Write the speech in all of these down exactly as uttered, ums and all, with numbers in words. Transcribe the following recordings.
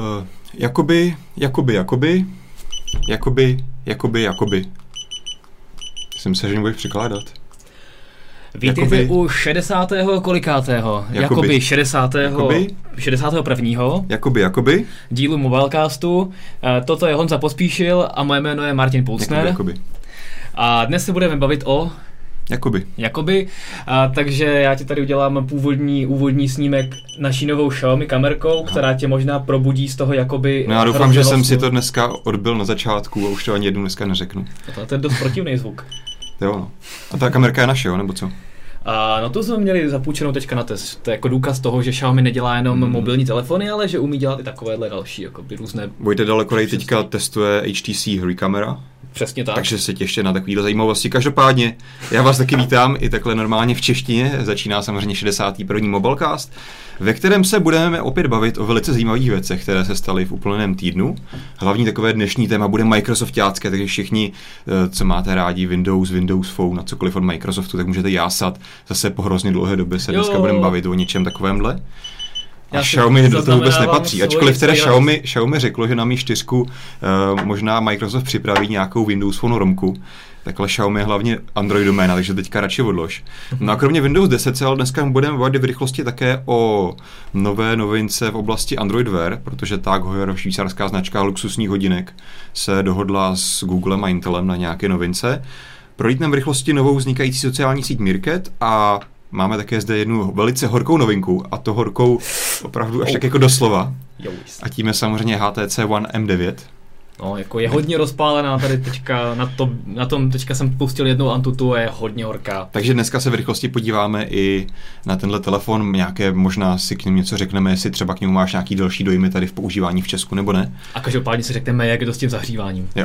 Uh, jakoby, jakoby, jakoby, jakoby, jakoby, jakoby. Jsem se, že nebudeš překládat. Vítejte jakoby, u šedesátého kolikátého? Jakoby, jakoby šedesátého Jakoby, šedesátého prvního Jakoby, jakoby. dílu Mobilecastu. Toto je Honza Pospíšil a moje jméno je Martin Pulsner. Jakoby, jakoby. A dnes se budeme bavit o... Jakoby. Jakoby. A, takže já ti tady udělám původní úvodní snímek naší novou Xiaomi kamerkou, Aha. která tě možná probudí z toho jakoby... No já doufám, že jsem si to dneska odbil na začátku a už to ani jednou dneska neřeknu. To, to je dost protivný zvuk. Jo, no. A ta kamerka je naše, jo, nebo co? A no to jsme měli zapůjčenou teďka na test. To je jako důkaz toho, že Xiaomi nedělá jenom hmm. mobilní telefony, ale že umí dělat i takovéhle další, jako by různé... Vojte Dalekorej teďka testuje H T C Hurry kamera. Přesně tak. Takže se těšte na takovýhle zajímavosti. Každopádně, já vás taky vítám i takhle normálně v češtině. Začíná samozřejmě šedesátý první Mobilecast, ve kterém se budeme opět bavit o velice zajímavých věcech, které se staly v uplynulém týdnu. Hlavní takové dnešní téma bude Microsoftácké, takže všichni, co máte rádi Windows, Windows Phone a cokoliv od Microsoftu, tak můžete jásat. Zase po hrozně dlouhé době se dneska budeme bavit o něčem takovémhle. A já Xiaomi do toho vůbec nepatří. Ačkoliv teda Xiaomi, Xiaomi řeklo, že na Mi čtyři uh, možná Microsoft připraví nějakou Windows Phone romku, takhle Xiaomi je hlavně Android doména, takže teďka radši odlož. No a kromě Windows deset se ale dneska budeme bavit v rychlosti také o nové novince v oblasti Android Wear, protože Tag Heuer, švýcarská značka luxusních hodinek, se dohodla s Googlem a Intelem na nějaké novince. Prolítneme v rychlosti novou vznikající sociální síť Meerkat a máme také zde jednu velice horkou novinku, a to horkou opravdu až tak jako doslova. A tím je samozřejmě H T C One M devět. No, jako je hodně rozpálená tady teďka, na, to, na tom teďka jsem pustil jednou Antutu a je hodně horká. Takže dneska se v rychlosti podíváme i na tenhle telefon, nějaké možná si k němu něco řekneme, jestli třeba k němu máš nějaký další dojmy tady v používání v Česku nebo ne. A každopádně si řekneme, jak je to s tím zahříváním. Jo.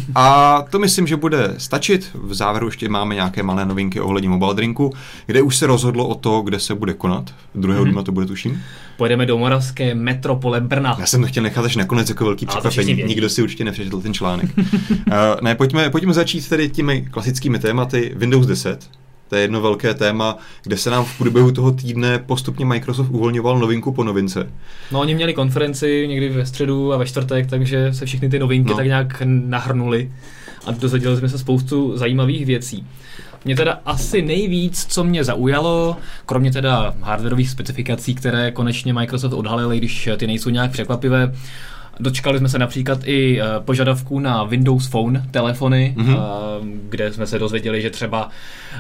A to myslím, že bude stačit. V závěru ještě máme nějaké malé novinky ohledně Mobile Drinku, kde už se rozhodlo o to, kde se bude konat. druhého dubna to bude, tuším. Pojedeme do moravské metropole Brna. Já jsem to chtěl nechat až nakonec jako velký překvapení. Nikdo si určitě nepřečetl ten článek. uh, ne, pojďme, pojďme začít tedy těmi klasickými tématy. Windows deset. To je jedno velké téma, kde se nám v průběhu toho týdne postupně Microsoft uvolňoval novinku po novince. No, oni měli konferenci někdy ve středu a ve čtvrtek, takže se všechny ty novinky no. tak nějak nahrnuly a dozvěděli jsme se spoustu zajímavých věcí. Mě teda asi nejvíc, co mě zaujalo, kromě teda hardwareových specifikací, které konečně Microsoft odhalil, i když ty nejsou nějak překvapivé, dočkali jsme se například i požadavků na Windows Phone telefony, mm-hmm. kde jsme se dozvěděli, že třeba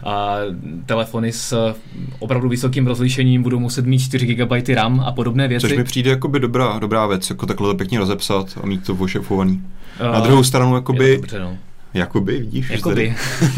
telefony s opravdu vysokým rozlišením budou muset mít čtyři gigabajty RAM a podobné věci. Což mi přijde jakoby dobrá, dobrá věc, jako takhle to pěkně rozepsat a mít to ošefovaný. Uh, na druhou stranu jakoby... Dobře, no. Jakoby, vidíš? Jakoby.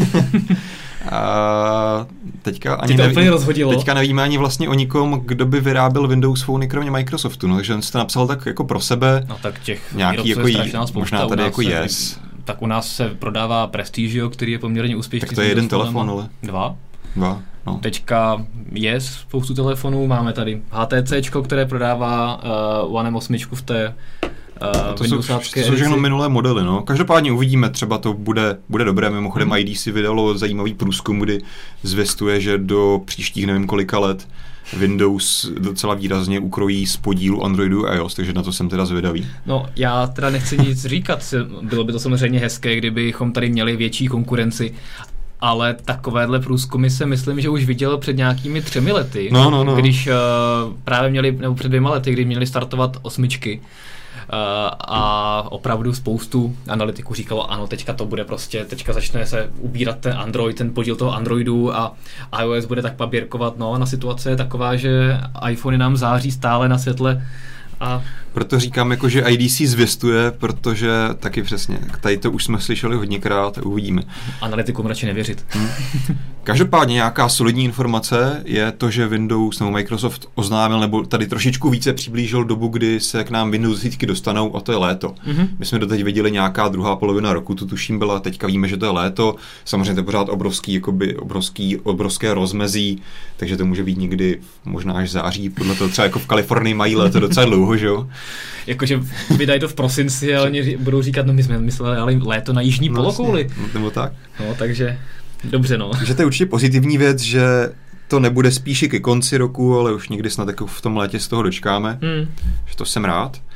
A teďka ani to neví, rozhodilo. Teďka nevíme ani vlastně o nikom, kdo by vyráběl Windows Phone kromě Microsoftu, no, takže on si to napsal tak jako pro sebe. No tak těch nějaký jako je možná tady jako Yes. Tak u nás se prodává Prestigio, který je poměrně úspěšný. Tak to je jeden telefon, ale. Dva. Dva. No. Teďka je spoustu telefonů, máme tady HTCčko, které prodává uh, One M osm v té Uh, to jsou, to jsou všechno minulé modely, no. Každopádně uvidíme, třeba to bude, bude dobré. Mimochodem hmm. I D si vydalo zajímavý průzkum, kdy zvěstuje, že do příštích nevím kolika let Windows docela výrazně ukrojí z podílu Androidu a iOS, takže na to jsem teda zvědavý. No, já teda nechci nic říkat, bylo by to samozřejmě hezké, kdybychom tady měli větší konkurenci, ale takovéhle průzkumy se myslím, že už viděl před nějakými třemi lety, no, no, no. když uh, právě měli, nebo před dvěma lety, kdy měli startovat osmičky. Uh, a opravdu spoustu analytiků říkalo, ano, teďka to bude prostě, teďka začne se ubírat ten Android, ten podíl toho Androidu a iOS bude tak papírkovat, no, na situace je taková, že iPhony nám září stále na světle a... Proto říkám, jako, že I D C zvěstuje, protože taky přesně, tady to už jsme slyšeli hodněkrát a uvidíme. Analytikům radši nevěřit. Hmm. Každopádně nějaká solidní informace je to, že Windows nebo Microsoft oznámil, nebo tady trošičku více přiblížil dobu, kdy se k nám Windows desítky dostanou, a to je léto. Mm-hmm. My jsme doteď viděli nějaká druhá polovina roku, tu tuším byla, teďka víme, že to je léto. Samozřejmě to je pořád obrovský, jakoby obrovský, obrovské rozmezí, takže to může být někdy možná až září, podle toho třeba jako v Kalifornii mají léto docela dlouho, že jo? Jakože vydají to v prosinci a oni budou říkat, no my jsme mysleli, ale léto na jižní no, polokouli. Vlastně, nebo tak. No, takže dobře, no. Takže to je určitě pozitivní věc, že to nebude spíš ke konci roku, ale už někdy snad jako v tom létě z toho dočkáme. Hmm. Že to jsem rád.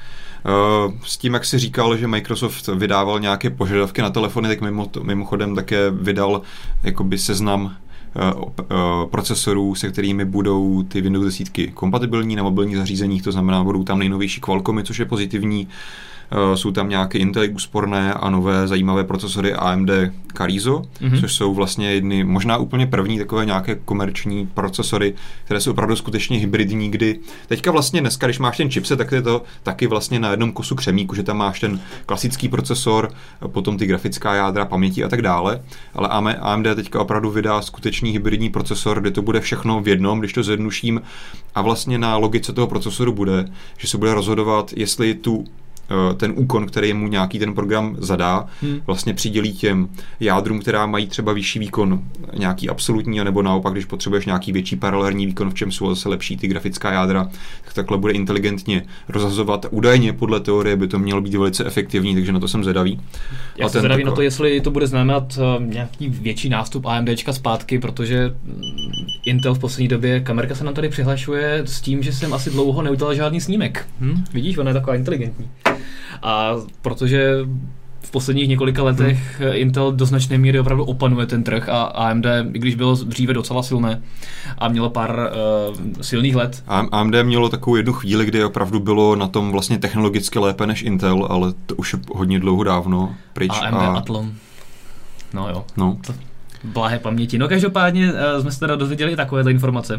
S tím, jak jsi říkal, že Microsoft vydával nějaké požadavky na telefony, tak mimo to, mimochodem také vydal jakoby seznam procesorů, se kterými budou ty Windows desítky kompatibilní na mobilních zařízeních, to znamená, budou tam nejnovější Qualcommy, což je pozitivní. Jsou tam nějaké Intely úsporné a nové zajímavé procesory A M D Carrizo, mm-hmm. což jsou vlastně jedny, možná úplně první takové nějaké komerční procesory, které jsou opravdu skutečně hybridní, kdy teďka vlastně dneska, když máš ten chipset, tak je to taky vlastně na jednom kusu křemíku, že tam máš ten klasický procesor, potom ty grafická jádra, paměti a tak dále, ale A M D teďka opravdu vydá skutečný hybridní procesor, kde to bude všechno v jednom, když to zjednoduším, a vlastně na logice toho procesoru bude, že se bude rozhodovat, jestli tu ten úkon, který mu nějaký ten program zadá, hmm. vlastně přidělí těm jádrům, která mají třeba vyšší výkon, nějaký absolutní, nebo naopak, když potřebuješ nějaký větší paralelní výkon, v čem jsou zase lepší ty grafická jádra, tak takhle bude inteligentně rozhazovat. Údajně podle teorie by to mělo být velice efektivní, takže na to jsem zvědavý. Já jsem zvědavý na to, jestli to bude znamenat nějaký větší nástup AMDčka zpátky, protože Intel v poslední době, kamerka se nám tady přihlašuje s tím, že jsem asi dlouho neudělal žádný snímek. Hm? Vidíš, ona je taková inteligentní. A protože v posledních několika letech hmm. Intel do značné míry opravdu opanuje ten trh a A M D, i když bylo dříve docela silné a mělo pár uh, silných let. A M D mělo takovou jednu chvíli, kdy opravdu bylo na tom vlastně technologicky lépe než Intel, ale to už je hodně dlouho dávno pryč. A M D a... Athlon. No jo. No. To blahé paměti. No každopádně uh, jsme se teda dozvěděli i takovéhle informace.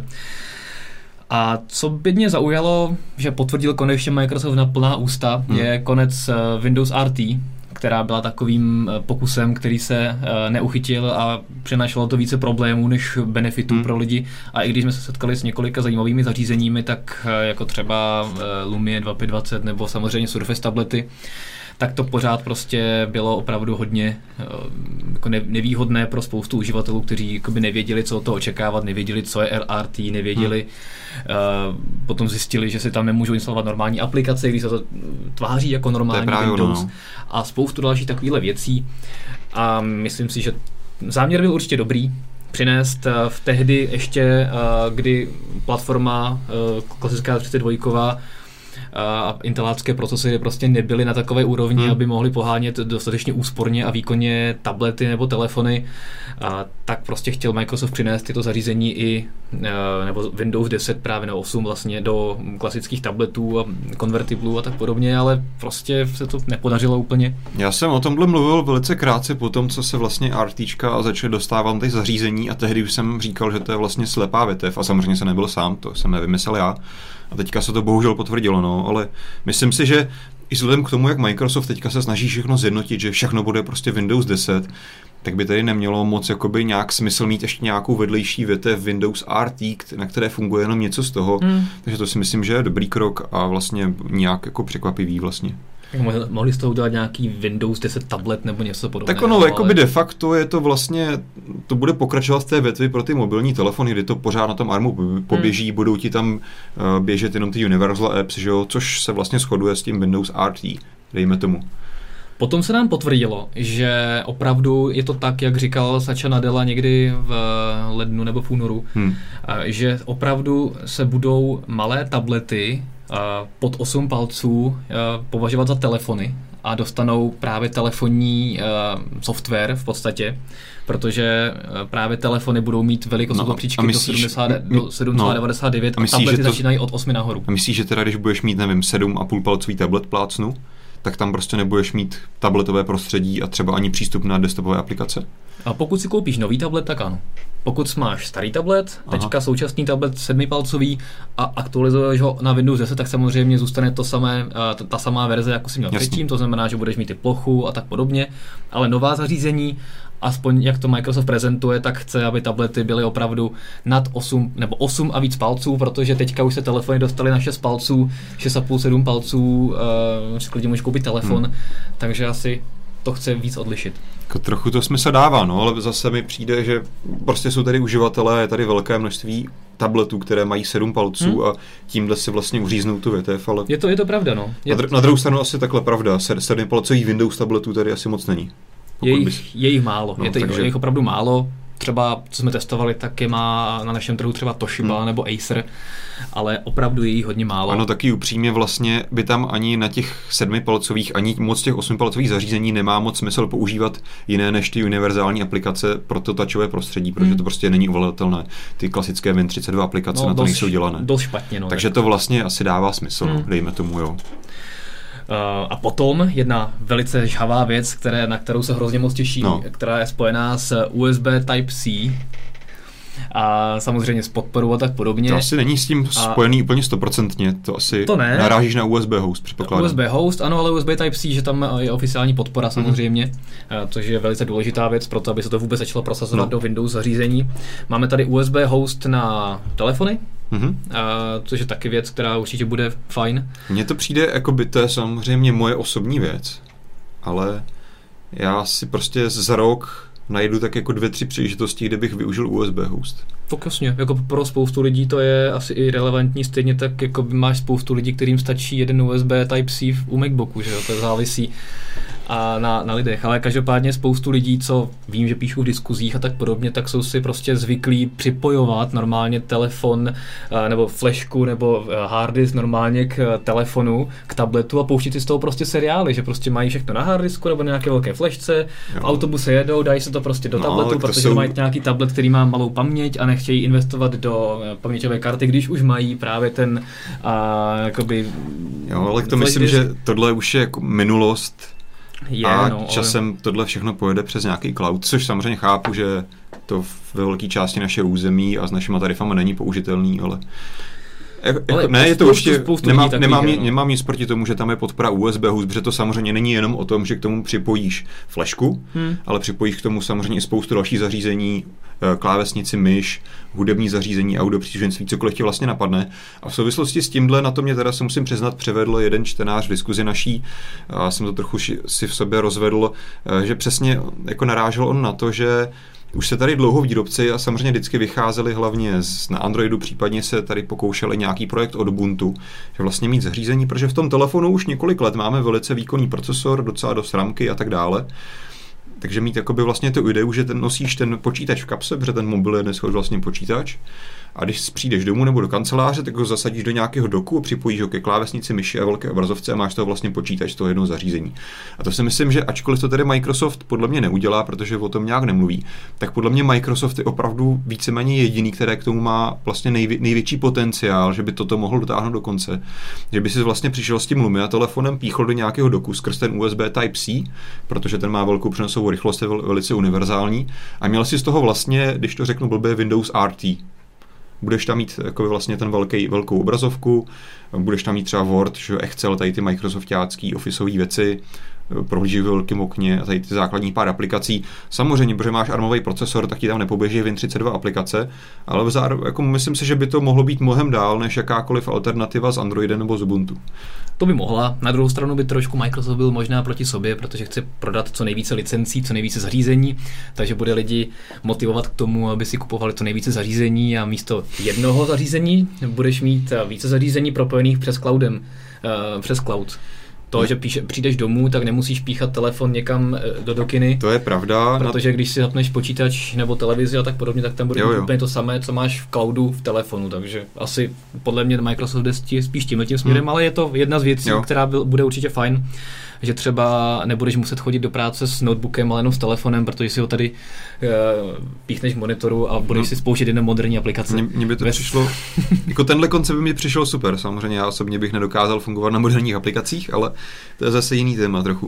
A co by mě zaujalo, že potvrdil konečně Microsoft na plná ústa, hmm. je konec Windows R T, která byla takovým pokusem, který se neuchytil a přinášelo to více problémů než benefitů hmm. pro lidi. A i když jsme se setkali s několika zajímavými zařízeními, tak jako třeba Lumia dva pět dvacet nebo samozřejmě Surface tablety, tak to pořád prostě bylo opravdu hodně jako nevýhodné pro spoustu uživatelů, kteří jakoby nevěděli, co od toho očekávat, nevěděli, co je R T, nevěděli, hmm. uh, potom zjistili, že si tam nemůžou instalovat normální aplikace, když se to tváří jako normální Windows no. a spoustu dalších takovýchhle věcí. A myslím si, že záměr byl určitě dobrý, přinést uh, v tehdy ještě, uh, kdy platforma uh, klasická třicet dva a intelácké procesory prostě nebyly na takové úrovni, hmm. aby mohly pohánět dostatečně úsporně a výkonně tablety nebo telefony, a tak prostě chtěl Microsoft přinést tyto zařízení i nebo Windows deset právě na osm vlastně do klasických tabletů a konvertiblů a tak podobně, ale prostě se to nepodařilo úplně. Já jsem o tomhle mluvil velice krátce po tom, co se vlastně RTčka a začaly dostávat ty zařízení a tehdy už jsem říkal, že to je vlastně slepá větev a samozřejmě se nebyl sám, to jsem nevymyslel já. A teďka se to bohužel potvrdilo, no, ale myslím si, že i vzhledem k tomu, jak Microsoft teďka se snaží všechno zjednotit, že všechno bude prostě Windows deset, tak by tady nemělo moc jakoby nějak smysl mít ještě nějakou vedlejší větev Windows R T, na které funguje jenom něco z toho. Hmm. Takže to si myslím, že je dobrý krok a vlastně nějak jako překvapivý vlastně. Mohli z toho udělat nějaký Windows deset tablet nebo něco podobného. Tak ono, ale... jakoby de facto je to vlastně, to bude pokračovat v té větvi pro ty mobilní telefony, kdy to pořád na tom armu poběží, hmm. budou ti tam uh, běžet jenom ty Universal Apps, že jo, což se vlastně shoduje s tím Windows R T, dejme tomu. Potom se nám potvrdilo, že opravdu je to tak, jak říkal Satya Nadella někdy v lednu nebo v únoru, hmm. že opravdu se budou malé tablety pod osm palců považovat za telefony a dostanou právě telefonní software v podstatě, protože právě telefony budou mít velikost no, příčky do sedm celá devadesát devět no, a, a tablety to... začínají od osmi nahoru. A myslíš, že teda když budeš mít, nevím, sedm a půl palcový tablet plácnu, tak tam prostě nebudeš mít tabletové prostředí a třeba ani přístup na desktopové aplikace? A pokud si koupíš nový tablet, tak ano. Pokud máš starý tablet, teďka současný tablet sedmipalcový a aktualizuješ ho na Windows deset, tak samozřejmě zůstane to samé, ta, ta samá verze, jako si měl předtím, to znamená, že budeš mít i plochu a tak podobně, ale nová zařízení, aspoň jak to Microsoft prezentuje, tak chce, aby tablety byly opravdu nad osm nebo osm a víc palců, protože teďka už se telefony dostaly na šest palců, šest a půl sedm palců, uh, klidně můžeš koupit telefon, hmm. takže asi to chce víc odlišit. Jako trochu to smysl dává, no, ale zase mi přijde, že prostě jsou tady uživatelé, je tady velké množství tabletů, které mají sedm palců hmm. a tímhle si vlastně uříznou tu větev, ale... Je to, je to pravda, no. Je na, dr- na druhou stranu asi takhle pravda, sedmipalcových Windows tabletů tady asi moc není. Je jich, bys... je jich málo, no, je, to, takže... je jich opravdu málo, třeba, co jsme testovali, tak je má na našem trhu třeba Toshiba hmm. nebo Acer, ale opravdu je jí hodně málo. Ano, taky upřímně vlastně by tam ani na těch sedmipalcových, ani moc těch osmipalcových zařízení nemá moc smysl používat jiné než ty univerzální aplikace pro to touchové prostředí, protože hmm. to prostě není ovladatelné. Ty klasické Win třicet dva aplikace no, na to dost, nejsou dělané. Dost špatně, no. Takže to vlastně asi dává smysl, hmm. dejme tomu, jo. Uh, a potom jedna velice žhavá věc, které, na kterou se hrozně moc těším, no. která je spojená s U S B Type-C a samozřejmě s podporou a tak podobně. To asi není s tím spojený a úplně stoprocentně, to asi to ne. narážíš na U S B host, předpokládám. U S B host, ano, ale U S B Type-C, že tam je oficiální podpora samozřejmě, mm-hmm. což je velice důležitá věc pro to, aby se to vůbec začalo prosazovat no. do Windows zařízení. Máme tady U S B host na telefony, mm-hmm. což je taky věc, která určitě bude fajn. Mně to přijde, jako by to je samozřejmě moje osobní věc, ale já si prostě za rok najdu tak jako dvě, tři příležitosti, kde bych využil U S B host. Tak jasně, jako pro spoustu lidí to je asi i relevantní, stejně tak jako máš spoustu lidí, kterým stačí jeden U S B Type-C u MacBooku, že jo, to závisí a na, na lidech, ale každopádně spoustu lidí, co vím, že píšou v diskuzích a tak podobně, tak jsou si prostě zvyklí připojovat normálně telefon nebo flashku nebo harddisk normálně k telefonu, k tabletu a pouštět si z toho prostě seriály, že prostě mají všechno na harddisku nebo na nějaké velké flashce, v autobuse jedou, dají se to prostě do no, tabletu, protože jsou mají nějaký tablet, který má malou paměť a nechtějí investovat do paměťové karty, když už mají právě ten a, jakoby... Jo, ale to myslím, disk. Že tohle už je jako minulost je, a no, časem ale tohle všechno pojede přes nějaký cloud, což samozřejmě chápu, že to ve velké části našeho území a s našimi tarifama není použitelný, ale... Jako, jako, ne, je to určitě, nemám, nemám, no. nemám nic proti tomu, že tam je podpora U S B host, protože to samozřejmě není jenom o tom, že k tomu připojíš flashku, hmm. ale připojíš k tomu samozřejmě i spoustu dalších zařízení, klávesnici, myš, hudební zařízení, audio příslušenství, cokoliv tě vlastně napadne. A v souvislosti s tímhle na to mě teda se musím přiznat převedl jeden čtenář v diskuzi naší, a jsem to trochu si v sobě rozvedl, že přesně jako narážel on na to, že už se tady dlouho výrobci a samozřejmě vždycky vycházeli hlavně z, na Androidu, případně se tady pokoušeli nějaký projekt od Ubuntu, že vlastně mít zařízení, protože v tom telefonu už několik let máme velice výkonný procesor, docela dost ramky a tak dále. Takže mít jakoby vlastně tu ideu, že ten nosíš ten počítač v kapse, protože ten mobil je dneska už vlastně počítač. A když přijdeš domů nebo do kanceláře, tak ho zasadíš do nějakého doku, připojíš ho ke klávesnici, myši a velké obrazovce a máš toho vlastně počítač z toho jednoho zařízení. A to si myslím, že ačkoliv to tedy Microsoft podle mě neudělá, protože o tom nějak nemluví, tak podle mě Microsoft je opravdu víceméně jediný, který k tomu má vlastně nejvě- největší potenciál, že by toto mohl dotáhnout do konce. Že by si vlastně přišel s tím Lumia telefonem, píchl do nějakého doku skrz ten U S B Type-C, protože ten má velkou přenosovou rychlost, je velice univerzální, a měl si z toho vlastně, když to řeknu blbě, Windows R T. Budeš tam mít jako vlastně ten velký, velkou obrazovku, budeš tam mít třeba Word, že Excel, tady ty Microsoftácký, officeové věci, prohlíží v velkém okně a tady ty základní pár aplikací. Samozřejmě, protože máš armový procesor, tak ti tam nepoběží Win třicet dva aplikace, ale vzároveň, jako myslím si, že by to mohlo být mnohem dál než jakákoliv alternativa z Androidem nebo z Ubuntu. To by mohla. Na druhou stranu by trošku Microsoft byl možná proti sobě, protože chce prodat co nejvíce licencí, co nejvíce zařízení, takže bude lidi motivovat k tomu, aby si kupovali co nejvíce zařízení a místo jednoho zařízení budeš mít více zařízení propojených přes cloudem, uh, přes cloud. To, že píše, přijdeš domů, tak nemusíš píchat telefon někam do dokiny. To je pravda. Protože když si zapneš počítač nebo televizi a tak podobně, tak tam bude jo, jo. úplně to samé, co máš v cloudu v telefonu. Takže asi podle mě Microsoft jde spíš tímhle tím směrem, hmm. ale je to jedna z věcí, jo. která bude určitě fajn. Že třeba nebudeš muset chodit do práce s notebookem, ale jenom s telefonem, protože si ho tady uh, píchneš k monitoru a budeš no. si spouštět jenom moderní aplikace. Mně, mně by to Bez... přišlo, jako tenhle koncept by mi přišel super, samozřejmě já osobně bych nedokázal fungovat na moderních aplikacích, ale to je zase jiný téma trochu. Uh,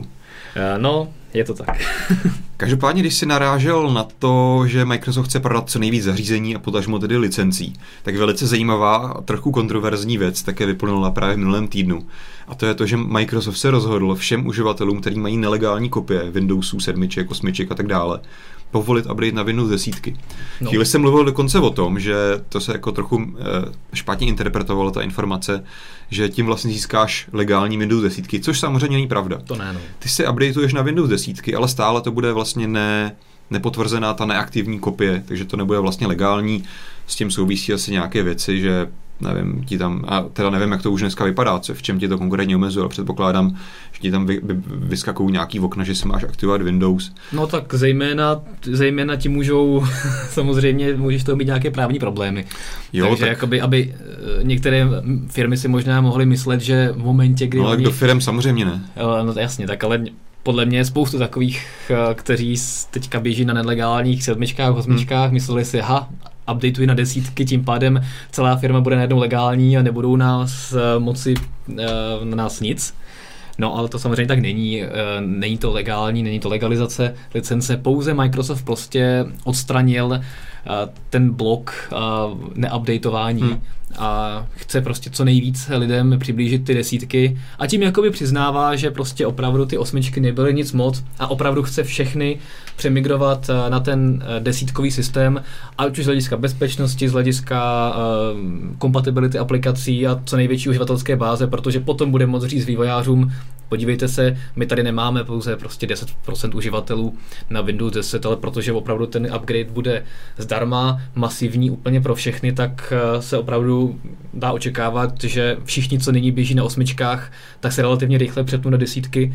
no, je to tak. Každopádně, když si narážel na to, že Microsoft chce prodat co nejvíc zařízení a potažmo tedy licencí, tak velice zajímavá a trochu kontroverzní věc také vyplynula právě v minulém týdnu. A to je to, že Microsoft se rozhodl všem uživatelům, kteří mají nelegální kopie Windowsů, sedmiček, osmiček a tak dále, povolit upgrade na Windows deset. No. Chvíli jsem mluvil dokonce o tom, že to se jako trochu e, špatně interpretovala ta informace, že tím vlastně získáš legální Windows deset, což samozřejmě není pravda. To ne, no. Ty si updateuješ na Windows deset, ale stále to bude vlastně ne, nepotvrzená ta neaktivní kopie, takže to nebude vlastně legální. S tím souvisí asi nějaké věci, že nevím, ti tam, a teda nevím, jak to už dneska vypadá, co, v čem ti to konkrétně omezuje, ale předpokládám, že ti tam vy, vy, vyskakují nějaký okna, že si máš aktivovat Windows. No tak zejména, zejména ti můžou, samozřejmě můžeš to mít nějaké právní problémy. Jo, takže tak... jakoby, aby některé firmy si možná mohly myslet, že v momentě, kdy... No ale oni... do firem samozřejmě ne. No jasně, tak ale podle mě je spoustu takových, kteří teďka běží na nelegálních sedmičkách, osmičkách, hmm. mysleli si, ha, updateují na desítky, tím pádem celá firma bude najednou legální a nebudou nás moci na nás nic. No ale to samozřejmě tak není, není to legální, není to legalizace licence, pouze Microsoft prostě odstranil ten blok neupdateování hmm. a chce prostě co nejvíc lidem přiblížit ty desítky a tím jakoby přiznává, že prostě opravdu ty osmičky nebyly nic moc a opravdu chce všechny přemigrovat na ten desítkový systém, ať už z hlediska bezpečnosti, z hlediska uh, kompatibility aplikací a co největší uživatelské báze, protože potom bude moct říct vývojářům, podívejte se, my tady nemáme pouze prostě deset procent uživatelů na Windows deset, ale protože opravdu ten upgrade bude zdarma, masivní úplně pro všechny, tak se opravdu dá očekávat, že všichni, co nyní běží na osmičkách, tak se relativně rychle přepnou na desítky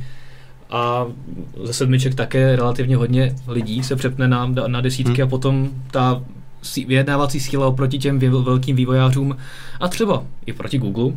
a ze sedmiček také relativně hodně lidí se přepne na, na desítky hmm. a potom ta vyjednávací síla oproti těm velkým vývojářům a třeba i proti Google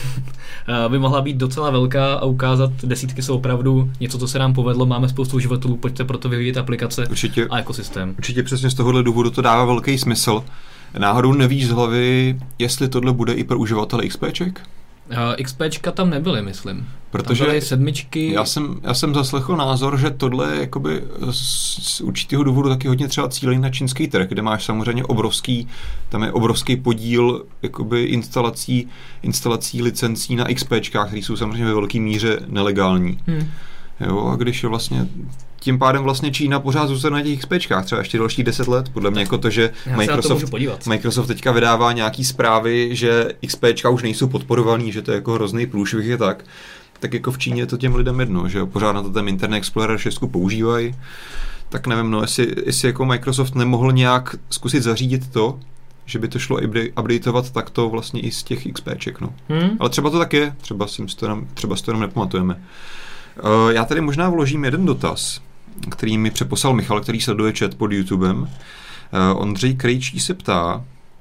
by mohla být docela velká a ukázat, desítky jsou opravdu něco, co se nám povedlo, máme spoustu uživatelů, pojďte proto vyvíjet aplikace určitě, a ekosystém. Určitě přesně z tohohle důvodu to dává velký smysl. Náhodou nevíš z hlavy, jestli tohle bude i pro uživatele XPček? Uh, XPčka tam nebyly, myslím. Protože tam byly sedmičky. Já jsem, já jsem zaslechl názor, že tohle je jakoby z, z určitého důvodu taky hodně třeba cílený na čínský trh, kde máš samozřejmě obrovský, tam je obrovský podíl jakoby instalací, instalací licencí na XPčkách, které jsou samozřejmě ve velké míře nelegální. Hmm. Jo, a když je vlastně tím pádem vlastně Čína pořád zůstane na těch XPčkách, třeba ještě dalších deset let, podle mě jako to, že Microsoft, Microsoft teďka vydává nějaký zprávy, že XPčka už nejsou podporovaný, že to je jako hrozný průšvih je tak, tak jako v Číně je to těm lidem jedno, že pořád na to ten Internet Explorer šest používají, tak nevím, no, jestli, jestli jako Microsoft nemohl nějak zkusit zařídit to, že by to šlo updateovat takto vlastně i z těch XPček, no. Hmm. Ale třeba to tak je, třeba si to jenom, třeba si to jenom nepamatujeme. Uh, já tady možná vložím jeden dotaz, který mi přeposlal Michal, který sleduje chat pod YouTubem. Uh, Ondřej Krejčí se ptá,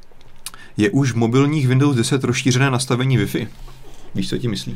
je už v mobilních Windows deset rozšířené nastavení Wi-Fi? Víš, co ti myslí?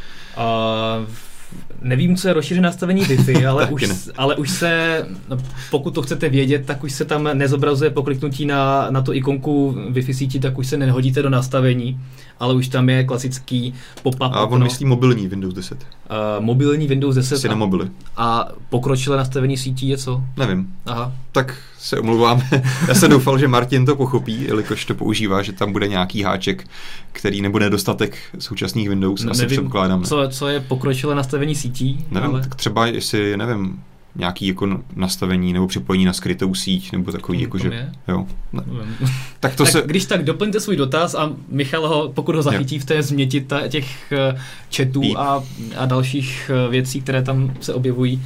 Uh, nevím, co je rozšířené nastavení Wi-Fi, ale, už, ale už se, pokud to chcete vědět, tak už se tam nezobrazuje po kliknutí na, na tu ikonku Wi-Fi sítí, tak už se nehodíte do nastavení, ale už tam je klasický pop-up. A on okno. myslí mobilní Windows deset. Uh, mobilní Windows deset. Jsi na mobily. A pokročilé nastavení sítí je co? Nevím. Aha. Tak se omlouváme. Já jsem doufal, že Martin to pochopí, jelikož to používá, že tam bude nějaký háček, který nebude nedostatek současných Windows. Ne, asi nevím, předpokládáme. Co, co je pokročilé nastavení sítí? Nevím, ale... tak třeba jestli, nevím, nějaký jako nastavení nebo připojení na skrytou síť, nebo takový, jako že... Jo. Ne. Tak to tak se... když tak doplňte svůj dotaz a Michal ho, pokud ho zachytí jo. v té změti ta, těch chatů a, a dalších věcí, které tam se objevují,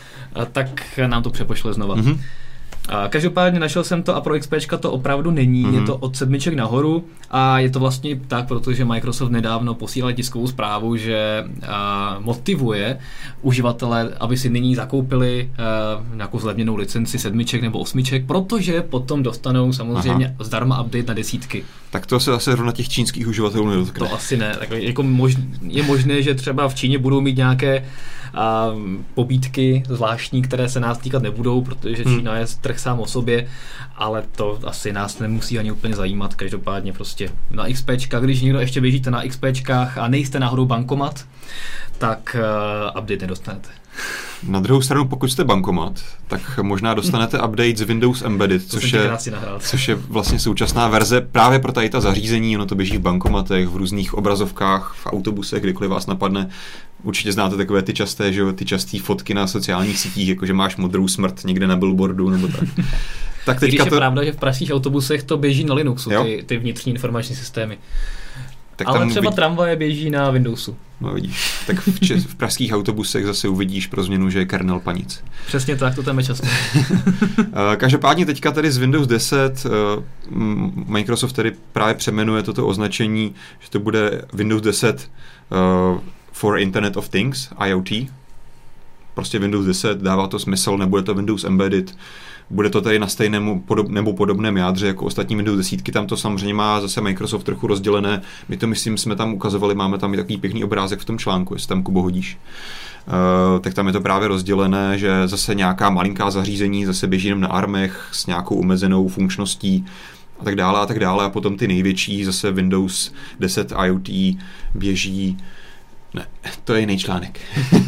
tak nám to přepošle znova. Mm-hmm. A každopádně našel jsem to a pro XPčka to opravdu není, mm-hmm. je to od sedmiček nahoru a je to vlastně tak, protože Microsoft nedávno posílal tiskovou zprávu, že uh, motivuje uživatele, aby si nyní zakoupili uh, nějakou zlevněnou licenci sedmiček nebo osmiček, protože potom dostanou samozřejmě Aha. zdarma update na desítky. Tak to se zase zrovna těch čínských uživatelů nedotkne. To asi ne. Tak jako možn, je možné, že třeba v Číně budou mít nějaké a pobídky zvláštní, které se nás týkat nebudou, protože Čína je trh sám o sobě, ale to asi nás nemusí ani úplně zajímat. Každopádně prostě na XPčka, když někdo ještě běžíte na XPčkách a nejste náhodou bankomat, tak uh, update nedostanete. Na druhou stranu, pokud jste bankomat, tak možná dostanete update z Windows Embedded, což je, což je vlastně současná verze právě pro tady ta zařízení. Ono to běží v bankomatech, v různých obrazovkách, v autobusech, kdykoliv vás napadne. Určitě znáte takové ty časté, že jo, ty časté fotky na sociálních sítích, jako že máš modrou smrt někde na billboardu nebo tak. Tak teďka Když je to... pravda, že v pražských autobusech to běží na Linuxu, ty, ty vnitřní informační systémy. Tak ale tam třeba uvidí... tramvaje běží na Windowsu. No vidíš, tak v, čes, v pražských autobusech zase uvidíš pro změnu, že je kernel panic. Přesně tak, to tam je často. Každopádně teďka tady z Windows deset Microsoft tedy právě přeměnuje toto označení, že to bude Windows deset uh, for Internet of Things, I O T. Prostě Windows deset, dává to smysl, nebude to Windows Embedded. Bude to tady na stejném podob, nebo podobném jádře jako ostatní Windows desítky, tam to samozřejmě má zase Microsoft trochu rozdělené. My to, myslím, jsme tam ukazovali, máme tam i takový pěkný obrázek v tom článku, jestli tam, Kubo, hodíš. Uh, tak tam je to právě rozdělené, že zase nějaká malinká zařízení zase běží jenom na armech s nějakou omezenou funkčností a tak dále a tak dále a potom ty největší zase Windows deset I O T běží. Ne, to je jiný článek.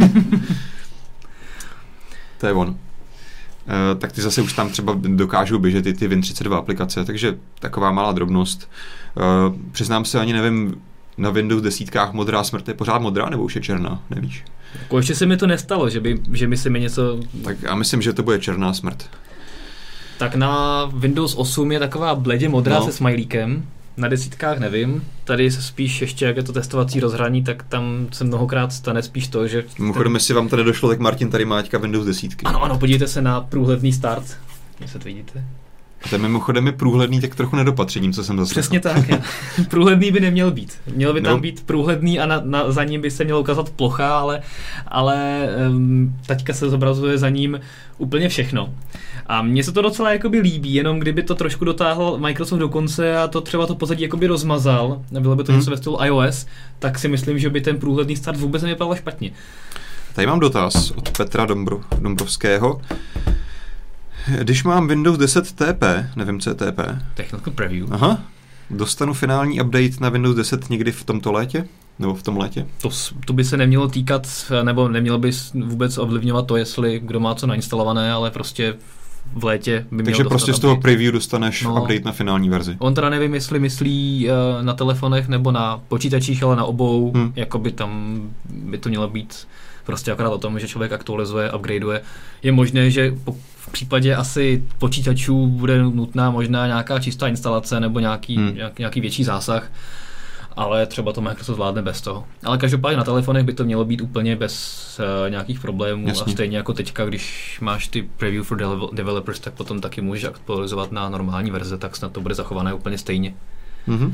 To je on. Uh, tak ty zase už tam třeba dokážou běžet i ty Win třicet dva aplikace, takže taková malá drobnost. Uh, přiznám se, ani nevím, na Windows desítkách modrá smrt je pořád modrá, nebo už je černá, nevíš? Jako ještě se mi to nestalo, že by, že by se mi něco... Tak já myslím, že to bude černá smrt. Tak na Windows osm je taková bledě modrá no. se smajlíkem. Na desítkách nevím. Tady se spíš ještě, jak je to testovací rozhraní, tak tam se mnohokrát stane spíš to, že... Mimochodem, jestli vám tady došlo, tak Martin tady má teďka Windows desítky. Ano, ano, podívejte se na průhledný start. Jestli to vidíte. A ten mimochodem je průhledný tak trochu nedopatřením, co jsem zase. Přesně tak. Je. Průhledný by neměl být. Měl by tam no. být průhledný a na, na, za ním by se měla ukázat plocha, ale, ale um, taťka se zobrazuje za ním úplně všechno. A mně se to docela jakoby líbí, jenom kdyby to trošku dotáhl Microsoft do konce a to třeba to pozadí jakoby rozmazal, bylo by to hmm. něco ve stylu iOS, tak si myslím, že by ten průhledný start vůbec nevypadal špatně. Tady mám dotaz od Petra Dombro, Dombrovského. Když mám Windows deset T P, nevím, co je T P. Technical Preview. Aha. Dostanu finální update na Windows deset někdy v tomto létě? Nebo v tom létě? To, to by se nemělo týkat, nebo nemělo by vůbec ovlivňovat to, jestli kdo má co nainstalované, ale prostě v létě by měl. Takže prostě z toho preview dostaneš no, update na finální verzi. On teda nevím, jestli myslí uh, na telefonech nebo na počítačích, ale na obou, hmm. jako by tam by to mělo být prostě akorát o tom, že člověk aktualizuje, upgradeuje. Je možné, že po, v případě asi počítačů bude nutná možná nějaká čistá instalace nebo nějaký, hmm. nějak, nějaký větší zásah, ale třeba to Microsoft zvládne bez toho. Ale každopádně na telefonech by to mělo být úplně bez uh, nějakých problémů. Jasně. A stejně jako teďka, když máš ty preview for developers, tak potom taky můžeš aktualizovat na normální verze, tak snad to bude zachované úplně stejně. Mm-hmm.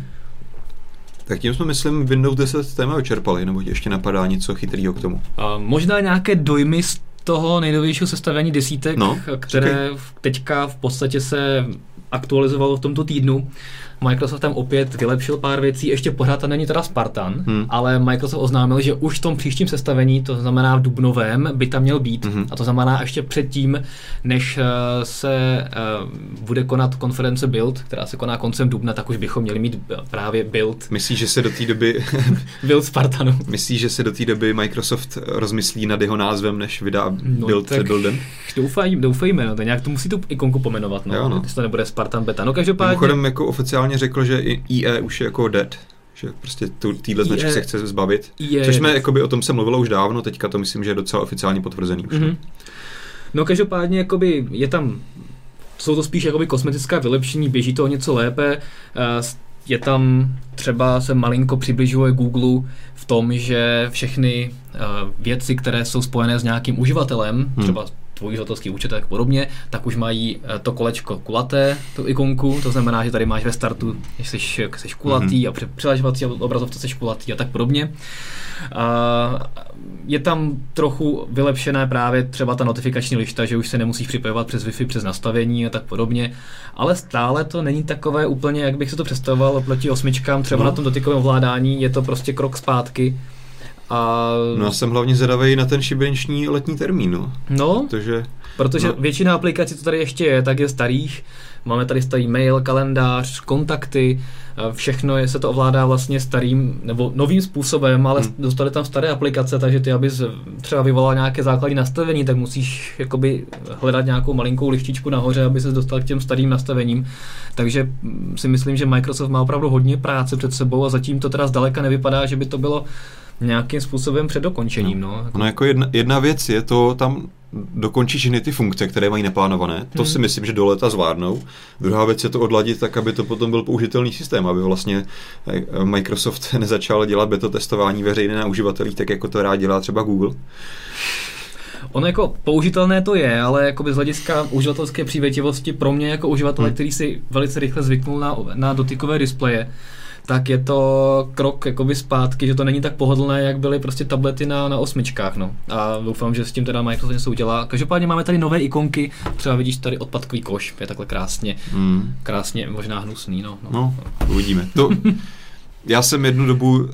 Tak tím jsme, myslím, Windows deset téma očerpali, nebo ještě napadá něco chytrýho k tomu? Uh, možná nějaké dojmy z toho nejnovějšího sestavení desítek, no, které říkej. Teďka v podstatě se aktualizovalo v tomto týdnu. Microsoft tam opět vylepšil pár věcí, ještě pořád tam není teda Spartan, hmm. ale Microsoft oznámil, že už v tom příštím sestavení, to znamená v dubnovém, by tam měl být. Hmm. A to znamená ještě předtím, než uh, se uh, bude konat konference Build, která se koná koncem dubna, tak už bychom měli mít právě Build. Myslíš, že se do té doby... Build Spartanu. Myslíš, že se do té doby Microsoft rozmyslí nad jeho názvem, než vydá no, Build před Buildem? Doufaj, doufejme, no, to nějak to musí tu ikonku pomenovat, no, jo, no. Když to nebude Spartan Beta. No každopádně... Mimochodem jako oficiálně řekl, že I E už je jako dead, že prostě týhle značky se chce zbavit. E A což jsme, jakoby, o tom se mluvilo už dávno, teďka to myslím, že je docela oficiálně potvrzený už. Mm-hmm. No každopádně jakoby je tam, jsou to spíš jakoby kosmetická vylepšení, běží to o něco lépe, je tam třeba se malinko přibližuje Google v tom, že všechny věci, které jsou spojené s nějakým uživatelem, hmm. třeba tvůj hotovský účet a tak podobně, tak už mají to kolečko kulaté, tu ikonku, to znamená, že tady máš ve startu, že jsi, jsi kulatý mm-hmm. a při přihlašovací obrazovce jsi kulatý a tak podobně. A je tam trochu vylepšené právě třeba ta notifikační lišta, že už se nemusíš připojovat přes Wi-Fi, přes nastavení a tak podobně, ale stále to není takové úplně, jak bych se to představoval oproti osmičkám, třeba no. na tom dotykovém ovládání, je to prostě krok zpátky. A... No já jsem hlavně zvědavej na ten šibeniční letní termín, no. No, protože, protože no. většina aplikací, co tady ještě je, tak je starých. Máme tady starý mail, kalendář, kontakty, všechno je, se to ovládá vlastně starým nebo novým způsobem, ale hmm. dostali tam staré aplikace, takže ty, abys třeba vyvolal nějaké základní nastavení, tak musíš jakoby hledat nějakou malinkou lištičku nahoře, aby se dostal k těm starým nastavením. Takže si myslím, že Microsoft má opravdu hodně práce před sebou a zatím to teda zdaleka nevypadá, že by to bylo nějakým způsobem před dokončením. No. No, no jako jedna, jedna věc je to tam dokončit všechny ty funkce, které mají naplánované. To hmm. si myslím, že do léta zvládnou. Druhá věc je to odladit tak, aby to potom byl použitelný systém, aby vlastně Microsoft nezačal dělat beta testování veřejné na uživatelích, tak jako to rád dělá třeba Google. Ono jako použitelné to je, ale jakoby z hlediska uživatelské přívětivosti pro mě jako uživatele, hmm. který si velice rychle zvyknul na, na dotykové displeje, tak je to krok jakoby zpátky, že to není tak pohodlné, jak byly prostě tablety na, na osmičkách, no. A doufám, že s tím teda Microsoft něco udělá. Každopádně máme tady nové ikonky, třeba vidíš tady odpadkový koš, je takhle krásně, hmm. krásně možná hnusný, no. No, no uvidíme. To, já jsem jednu dobu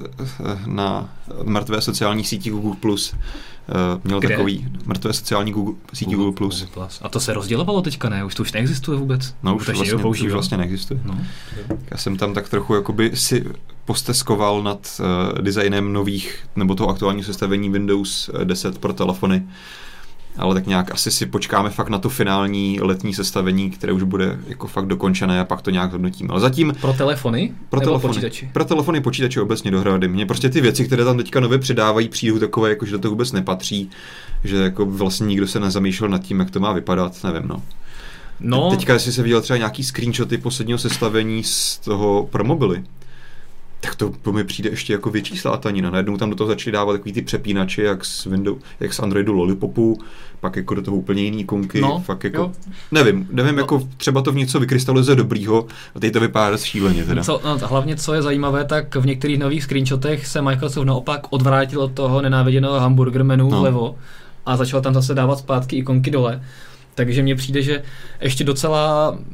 na mrtvé sociální síti Google Plus měl Kde? takový mrtvé sociální Google, síti Google, Google Plus. Google Plus. A to se rozdělovalo teďka, ne? Už to už neexistuje vůbec? No už, vlastně, už vlastně neexistuje. No. Já jsem tam tak trochu jakoby si posteskoval nad uh, designem nových, nebo toho aktuálního sestavení Windows deset pro telefony. Ale tak nějak asi si počkáme fakt na to finální letní sestavení, které už bude jako fakt dokončené a pak to nějak hodnotíme. Ale zatím... Pro telefony? Pro nebo telefony. Počítači? Pro telefony, počítače obecně dohromady. Mně prostě ty věci, které tam teďka nově přidávají, přijdou takové, jako, že do toho vůbec nepatří, že jako vlastně nikdo se nezamýšlel nad tím, jak to má vypadat, nevím, no. no. Te- teďka, jestli se viděl třeba nějaký screenshoty posledního sestavení z toho pro mobily, tak to, to mi přijde ještě jako větší slátanina. Najednou tam do toho začali dávat takový ty přepínače, jak z Windows, jak z Androidu Lollipopu, pak jako do toho úplně jiný ikonky, no, fakt jako, jo. nevím, nevím, no. jako třeba to v něco vykrystalizuje dobrýho, a teď to vypadá dost šíleně teda. Co, no, hlavně, co je zajímavé, tak v některých nových screenshotech se Microsoft naopak odvrátil od toho nenáviděného hamburger menu no. vlevo a začal tam zase dávat zpátky ikonky dole. Takže mně přijde, že ještě docela, uh,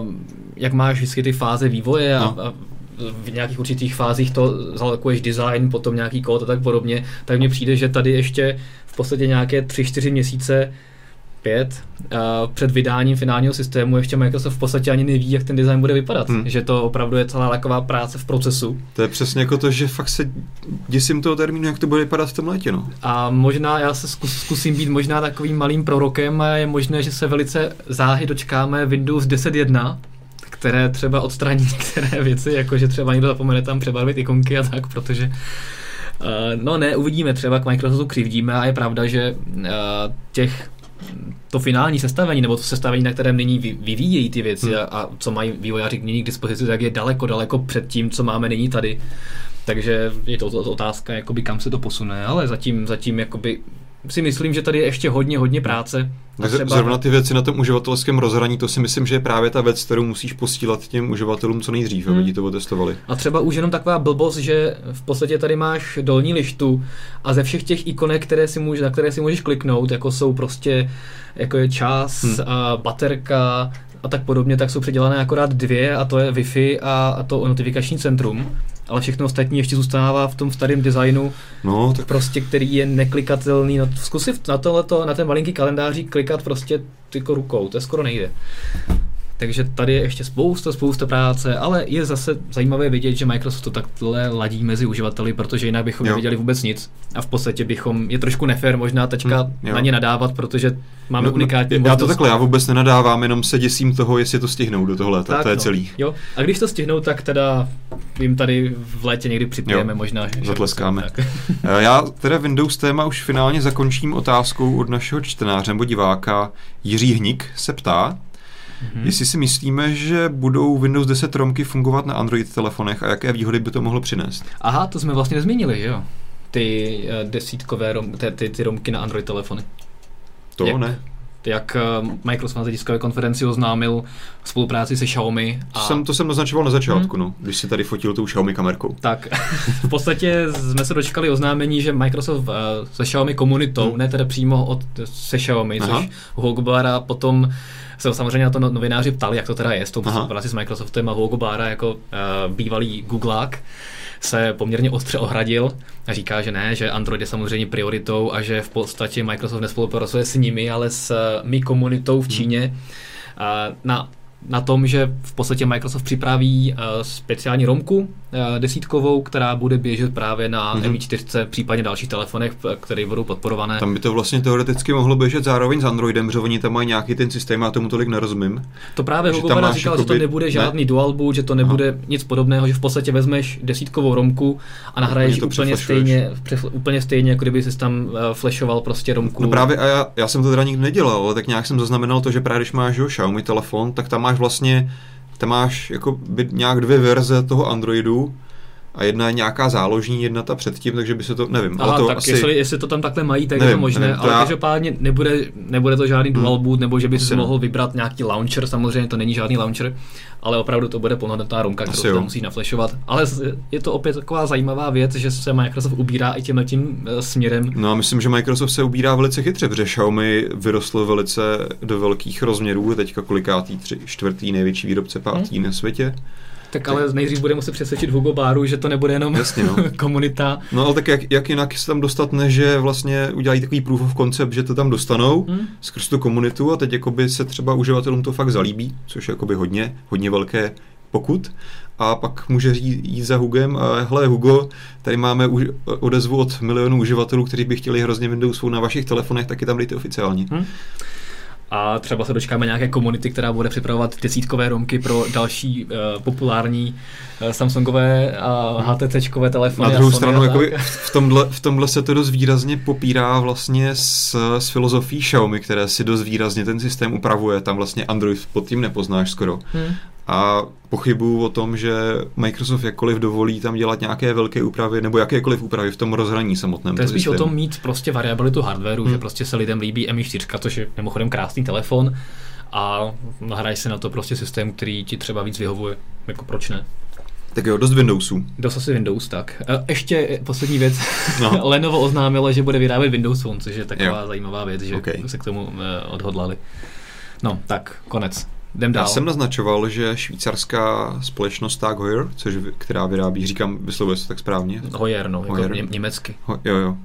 jak máš vždycky ty fáze vývoje a, no. a v nějakých určitých fázích to zalokuješ design, potom nějaký kód a tak podobně, tak mně přijde, že tady ještě v podstatě nějaké tři čtyři měsíce, pět, uh, před vydáním finálního systému ještě Microsoft v podstatě ani neví, jak ten design bude vypadat. Hmm. Že to opravdu je celá taková práce v procesu. To je přesně jako to, že fakt se děsím toho termínu, jak to bude vypadat v tom létě. No. A možná, já se zkus, zkusím být možná takovým malým prorokem a je možné, že se velice záhy dočkáme Windows deset jedna, které třeba odstraní některé věci, jakože třeba někdo zapomene tam přebarvit ikonky a tak, protože uh, no ne, uvidíme, třeba k Microsoftu křivdíme a je pravda, že uh, těch to finální sestavení, nebo to sestavení, na kterém nyní vyvíjejí ty věci hmm. a, a co mají vývojáři nyní k dispozici, tak je daleko, daleko před tím, co máme nyní tady. Takže je to, to, to otázka, jakoby, kam se to posune, ale zatím, zatím jakoby, si myslím, že tady je ještě hodně, hodně práce. Třeba... Zrovna ty věci na tom uživatelském rozhraní, to si myslím, že je právě ta věc, kterou musíš posílat těm uživatelům co nejdřív, hmm. aby ti to otestovali. A třeba už jenom taková blbost, že v podstatě tady máš dolní lištu a ze všech těch ikonek, které si může, na které si můžeš kliknout, jako jsou prostě jako je čas hmm. a baterka a tak podobně, tak jsou předělané akorát dvě a to je Wi-Fi a, a to notifikační centrum. Ale všechno ostatní ještě zůstává v tom starém designu, no, tak... prostě, který je neklikatelný. No, zkus na tohleto, na ten malinký kalendáří klikat prostě tyko rukou, to je skoro nejde. Takže tady je ještě spousta, spousta práce, ale je zase zajímavé vidět, že Microsoft to takhle ladí mezi uživateli, protože jinak bychom jo. neviděli vůbec nic. A v podstatě bychom, je trošku nefér možná teďka hmm, na ně nadávat, protože máme no, unikátní možnost. Já to takhle, já vůbec nenadávám, jenom se děsím toho, jestli to stihnou do tohle, tak, to je no, celý. Jo. A když to stihnou, tak teda jim tady v létě někdy připijeme jo, možná. Zatleskáme. Já teda Windows téma už finálně zakončím otázkou od našeho čtenáře nebo diváka. Jiří Hník se ptá, Mm-hmm. jestli si myslíme, že budou Windows deset romky fungovat na Android telefonech a jaké výhody by to mohlo přinést? Aha, to jsme vlastně nezmínili, že jo? Ty uh, desítkové rom, ty, ty, ty romky na Android telefony. To jak, ne. Jak uh, Microsoft na tiskové konferenci oznámil spolupráci se Xiaomi. A... To, jsem, to jsem naznačoval na začátku, hmm. no, když si tady fotil tou Xiaomi kamerkou. Tak, v podstatě jsme se dočkali oznámení, že Microsoft uh, se Xiaomi komunitou, hmm. ne teda přímo od, se Xiaomi, Aha. což Hugo Barra potom se samozřejmě na to novináři ptali, jak to teda je s tou spolupráci s Microsoftem a Hugo Barra jako uh, bývalý googlák se poměrně ostře ohradil a říká, že ne, že Android je samozřejmě prioritou a že v podstatě Microsoft nespolupracuje s nimi, ale s Mi komunitou v Číně. Hmm. Uh, na na tom, že v podstatě Microsoft připraví uh, speciální romku uh, desítkovou, která bude běžet právě na mm-hmm. M I čtyři, případně dalších telefonech, které budou podporované. Tam by to vlastně teoreticky mohlo běžet zároveň s Androidem, že oni tam mají nějaký ten systém, já tomu tolik nerozumím. To právě Hugo říkal, jakoby, že to nebude žádný ne? dual boot, že to nebude Aha. nic podobného, že v podstatě vezmeš desítkovou romku a nahraješ úplně stejně, úplně stejně, jako kdyby jsi tam uh, flashoval prostě romku. No právě a já, já jsem to teda nikdy nedělal, ale tak nějak jsem zaznamenal to, že právě když máš jo, Xiaomi telefon, tak tam máš vlastně, tam máš jako by nějak dvě verze toho Androidu a jedna je nějaká záložní, jedna ta předtím, takže by se to, nevím. Aha, ale to tak asi... jestli, jestli to tam takhle mají, tak nevím, je to možné, nevím, to ale já... každopádně nebude, nebude to žádný hmm. dual boot, nebo že by si mohl vybrat nějaký launcher, samozřejmě to není žádný launcher, ale opravdu to bude plnohodnotná romka, kterou se musí naflashovat. Ale je to opět taková zajímavá věc, že se Microsoft ubírá i tímhletím směrem. No a myslím, že Microsoft se ubírá velice chytře, protože Xiaomi vyrostl velice do velkých rozměrů, teďka kolikátý, tři, čtvrtý největší výrobce, pátý hmm. na světě. Tak ale nejdřív bude muset přesvědčit Hugo Baru, že to nebude jenom Jasně, no. komunita. No ale tak jak, jak jinak se tam dostat, ne, že vlastně udělají takový proof of concept, že to tam dostanou hmm. skrz tu komunitu a teď jakoby se třeba uživatelům to fakt zalíbí, což je jakoby hodně, hodně velké pokud. A pak může jít za Hugem a hele Hugo, tady máme už odezvu od milionů uživatelů, kteří by chtěli hrozně Windows Phone na vašich telefonech, taky tam dejte oficiálně. Hmm. A třeba se dočkáme nějaké komunity, která bude připravovat desítkové romky pro další uh, populární uh, Samsungové a HTCčkové telefony. Na druhou stranu, jakoby, v, tomhle, v tomhle se to dost výrazně popírá vlastně s, s filozofií Xiaomi, které si dost výrazně ten systém upravuje. Tam vlastně Android pod tím nepoznáš skoro. Hmm. A pochybuju o tom, že Microsoft jakkoliv dovolí tam dělat nějaké velké úpravy nebo jakékoliv úpravy v tom rozhraní samotném. To je spíš systému. O tom mít prostě variabilitu hardwareu, hmm. že prostě se lidem líbí M I čtyři, což je mimochodem krásný telefon a nahraj si na to prostě systém, který ti třeba víc vyhovuje. Jako proč ne? Tak jo, dost Windowsů. Dost asi Windows, tak. Ještě poslední věc. No. Lenovo oznámilo, že bude vyrábět Windows Phone, což je taková jo. zajímavá věc, že okay. se k tomu odhodlali. No, tak, konec. Jdem dál. Já jsem naznačoval, že švýcarská společnost Tag Heuer, což, která vyrábí, říkám, vyslovuje se tak správně? Heuer, no, Heuer. Jako německy. Ho, jo, jo.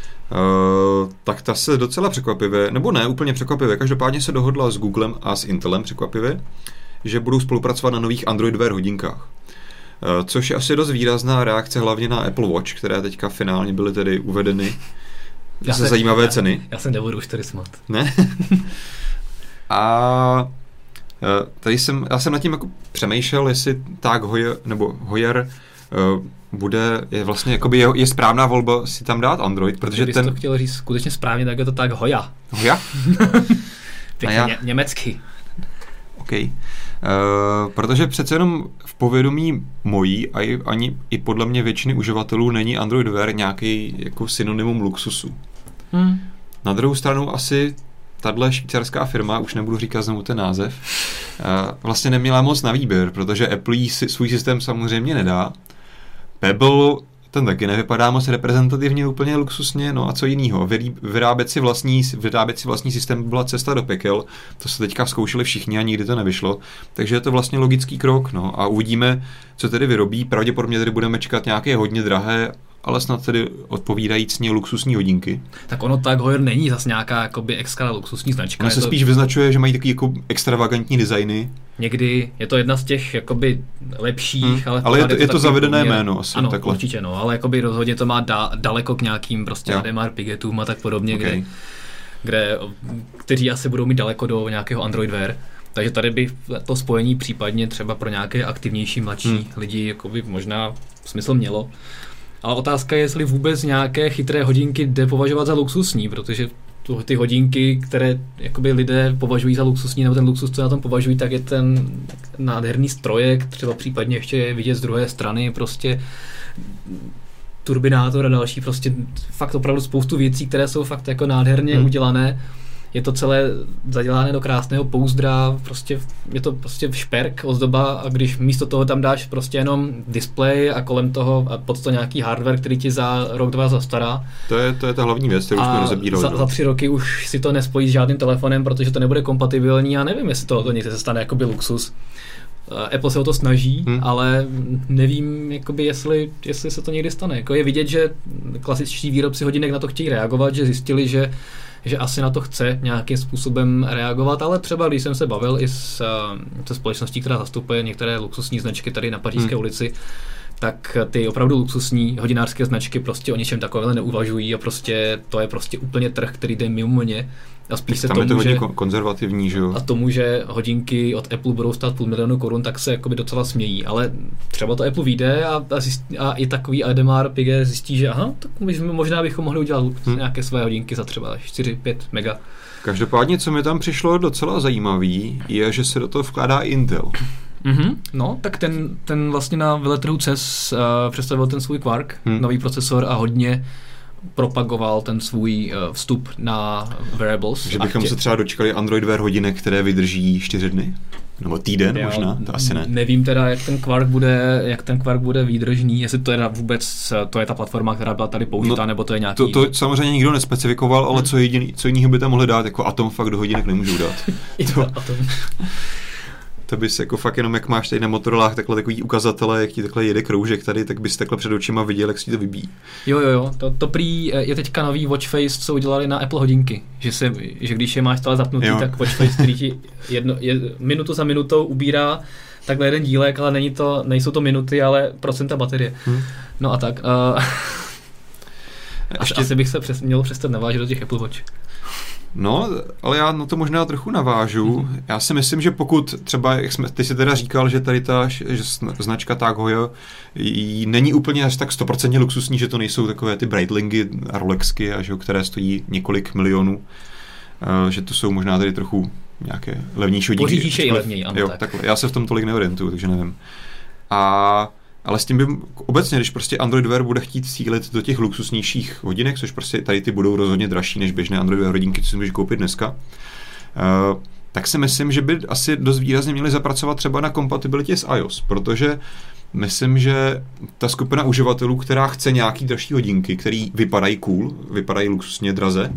Uh, tak ta se docela překvapivě, nebo ne úplně překvapivě, každopádně se dohodla s Googlem a s Intelem překvapivě, že budou spolupracovat na nových Android Wear hodinkách. Uh, což je asi dost výrazná reakce hlavně na Apple Watch, které teďka finálně byly tedy uvedeny já za se, zajímavé já, ceny. Já se nebudu už tady smát. Ne? A tady jsem, já jsem nad tím jako přemýšlel, jestli Tag Heuer, nebo Heuer uh, bude, je vlastně jakoby je, je správná volba si tam dát Android, protože Kdybys ten... to chtěl říct skutečně správně, tak je to Tag Heuer. Heuer? Pěkně já... ně, německy. OK. Uh, protože přece jenom v povědomí mojí a i, ani i podle mě většiny uživatelů není Android Wear nějaký jako synonymum luxusu. Hmm. Na druhou stranu asi tahle švýcarská firma, už nebudu říkat znovu ten název, vlastně neměla moc na výběr, protože Apple jí svůj systém samozřejmě nedá. Pebble, ten taky nevypadá moc reprezentativně úplně luxusně, no a co jinýho. Vyrábět si vlastní, vyrábět si vlastní systém byla cesta do pekel, to se teďka zkoušeli všichni a nikdy to nevyšlo, takže je to vlastně logický krok, no a uvidíme, co tedy vyrobí. Pravděpodobně tedy budeme čekat nějaké hodně drahé, ale snad tedy odpovídajícně luxusní hodinky. Tak ono Tag Heuer není zase nějaká jakoby extra luxusní značka. Ono se to... spíš vyznačuje, že mají takový jako extravagantní designy. Někdy je to jedna z těch jakoby lepších, hmm. ale, ale je to, je je to zavedené průměr. jméno asi. Ano, takhle. Určitě, no, ale jakoby rozhodně to má da, daleko k nějakým prostě Ademar Piguetům a tak podobně, okay. kde, kde, kteří asi budou mít daleko do nějakého Android Wear. Takže tady by to spojení případně třeba pro nějaké aktivnější mladší hmm. lidi jakoby možná smysl mělo. Ale otázka je, jestli vůbec nějaké chytré hodinky jde považovat za luxusní, protože ty hodinky, které jakoby lidé považují za luxusní, nebo ten luxus, co na tom považují, tak je ten nádherný strojek, třeba případně ještě je vidět z druhé strany, prostě turbinátor a další, prostě fakt opravdu spoustu věcí, které jsou fakt jako nádherně hmm. udělané. Je to celé zadělané do krásného pouzdra, prostě je to prostě šperk, ozdoba a když místo toho tam dáš prostě jenom display a kolem toho a pod to nějaký hardware, který ti za rok, dva zastará. To je, to je ta hlavní věc, kterou jsme rozebírali. Za, za tři roky už si to nespojí s žádným telefonem, protože to nebude kompatibilní a nevím, jestli to, to někdy se stane jakoby luxus. Apple se o to snaží, hmm. ale nevím, jakoby, jestli, jestli se to někdy stane. Jako je vidět, že klasičtí výrobci hodinek na to chtějí reagovat, že zjistili, že že asi na to chce nějakým způsobem reagovat, ale třeba když jsem se bavil i s, se společností, která zastupuje některé luxusní značky tady na Pařížské hmm. ulici, tak ty opravdu luxusní hodinářské značky prostě o něčem takovém neuvažují a prostě to je prostě úplně trh, který jde mimo ně. A spíš se tam tomu, je to hodně že, konzervativní, že jo? A tomu, že hodinky od Apple budou stát půl milionu korun, tak se jakoby docela smějí. Ale třeba to Apple vyjde a, a, zjistí, a i takový Audemars Piguet zjistí, že aha, tak možná bychom mohli udělat hmm. nějaké své hodinky za třeba čtyři pět mega. Každopádně, co mi tam přišlo docela zajímavý, je, že se do toho vkládá Intel. Mm-hmm. No, tak ten, ten vlastně na veletrhu C E S uh, představil ten svůj Quark, hmm. nový procesor a hodně propagoval ten svůj uh, vstup na wearables. Že bychom tě... se třeba dočkali Android Wear hodinek, které vydrží čtyři dny? Nebo týden Já možná? To asi ne. Nevím teda, jak ten Quark bude, jak ten Quark bude výdržný, jestli to je vůbec, to je ta platforma, která byla tady použitá, no, nebo to je nějaký... To, to samozřejmě nikdo nespecifikoval, ale hmm. co, jediný, co jiného by tam mohli dát, jako Atom fakt do hodinek nemůžou dát. to... Atom. To bys jako fakt jenom, jak máš tady na Motorolách takhle takový ukazatele, jak ti takhle jede kroužek tady, tak bys takhle před očima viděl, jak si to vybíjí. Jo, jo, jo. To, to prý je teďka nový watch face, co udělali na Apple hodinky. Že, se, že když je máš stále zapnutý, jo. tak watch face, který ti jedno, je, minutu za minutou ubírá takhle jeden dílek, ale není to, nejsou to minuty, ale procenta baterie. Hmm. No a tak. Uh, Ještě... Asi bych se přes, měl přestat navážet do těch Apple Watch. No, ale já na to možná trochu navážu. Mm-hmm. Já si myslím, že pokud třeba, jak jsme, ty jsi teda říkal, že tady ta že značka Tag Heuer není úplně až tak sto procent luxusní, že to nejsou takové ty Breitlingy a Rolexky, a že, které stojí několik milionů, uh, že to jsou možná tady trochu nějaké levnější hodinky. Pořídíš je i levněji, ano. Jo, tak. Takhle. Já se v tom tolik neorientuju, takže nevím. A ale s tím by obecně, když prostě Android Wear bude chtít cílit do těch luxusnějších hodinek, což prostě tady ty budou rozhodně dražší než běžné Android Wear hodinky, co si můžeš koupit dneska, uh, tak si myslím, že by asi dost výrazně měli zapracovat třeba na kompatibilitě s iOS, protože myslím, že ta skupina uživatelů, která chce nějaký dražší hodinky, které vypadají cool, vypadají luxusně draze,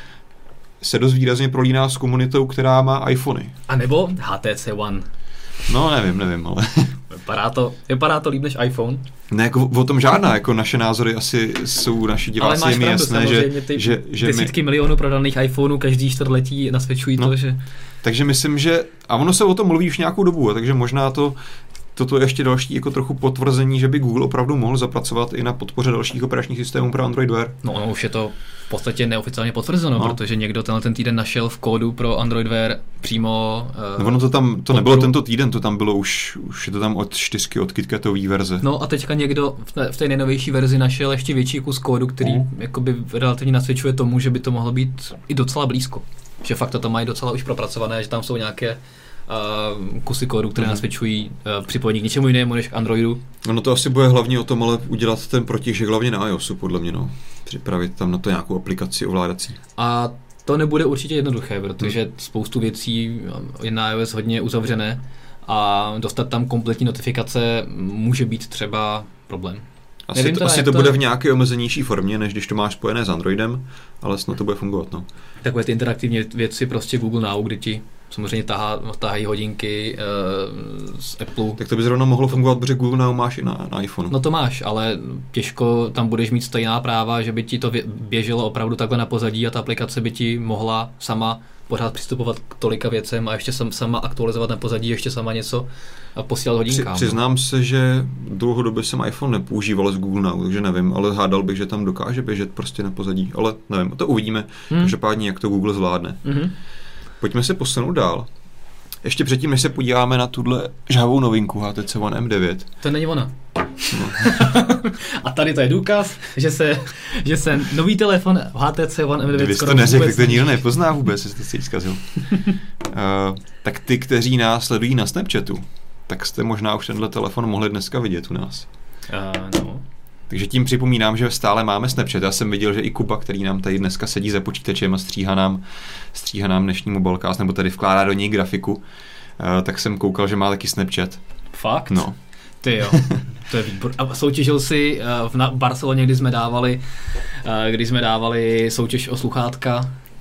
se dost výrazně prolíná s komunitou, která má iPhony. A nebo H T C One. No, nevím, nevím, ale... Vypadá to, vypadá to líp než iPhone? Ne, jako o tom žádná, jako naše názory asi jsou, naši diváci je mi jasné, že, ty že, že desítky my... milionů prodaných iPhoneů každý čtvrtletí nasvědčují no, to, že... Takže myslím, že... A ono se o tom mluví už nějakou dobu, takže možná to... Toto je ještě další jako trochu potvrzení, že by Google opravdu mohl zapracovat i na podpoře dalších operačních systémů pro Android Wear. No, no už je to v podstatě neoficiálně potvrzeno, no. Protože někdo tenhle ten týden našel v kódu pro Android Wear přímo... Uh, no ono to tam, to podporu. Nebylo tento týden, to tam bylo už, už je to tam od čtyřky, od KitKatové verze. No a teďka někdo v té, v té nejnovější verzi našel ještě větší kus kódu, který uh. jakoby relativně nasvědčuje tomu, že by to mohlo být i docela blízko. Že fakt to tam mají docela už propracované, že tam jsou nějaké Uh, kusy kódu, které mm. nasvědčují uh, připojení k něčemu jinému než k Androidu. No to asi bude hlavně o tom, ale udělat ten protějšek hlavně na iOSu, podle mě, no. Připravit tam na to nějakou aplikaci ovládací. A to nebude určitě jednoduché, protože mm. spoustu věcí je na iOS hodně uzavřené a dostat tam kompletní notifikace může být třeba problém. Asi, Nevím, to, teda, asi to, to bude v nějaké omezenější formě, než když to máš spojené s Androidem, ale snad to bude fungovat, no. Takové ty interaktivní věci prostě Google Now, kdy ti samozřejmě tahá, tahají hodinky uh, z Apple. Tak to by zrovna mohlo fungovat, protože Google Now máš i na, na iPhone. No to máš, ale těžko tam budeš mít stejná práva, že by ti to běželo opravdu takhle na pozadí a ta aplikace by ti mohla sama pořád přistupovat k tolika věcem a ještě sam, sama aktualizovat na pozadí, ještě sama něco a posílat hodinkám. Při, přiznám se, že dlouhodobě jsem iPhone nepoužíval z Google Now, takže nevím, ale hádal bych, že tam dokáže běžet prostě na pozadí, ale nevím, to uvidíme, hmm. každopádně jak to Google zvládne. Hmm. Pojďme se posunout dál. Ještě předtím, než se podíváme na tuhle žhavou novinku H T C One M devět. To není ona. No. A tady to je důkaz, že se, že se nový telefon H T C One M devět skoro vůbec... Kdyby to neřekl, tak to nikdo nepozná vůbec, jestli to si zkazil. uh, tak ty, kteří nás sledují na Snapchatu, tak jste možná už tenhle telefon mohli dneska vidět u nás. Uh, no. Takže tím připomínám, že stále máme Snapchat. Já jsem viděl, že i Kuba, který nám tady dneska sedí za počítačem a stříhá nám, stříhá nám dnešní mobilecast, nebo tady vkládá do něj grafiku, uh, tak jsem koukal, že má taky Snapchat. Fakt? No. Ty jo, to je výbor. A soutěžil si uh, v Barceloně, kdy jsme dávali, uh, kdy jsme dávali soutěž o sluchátka,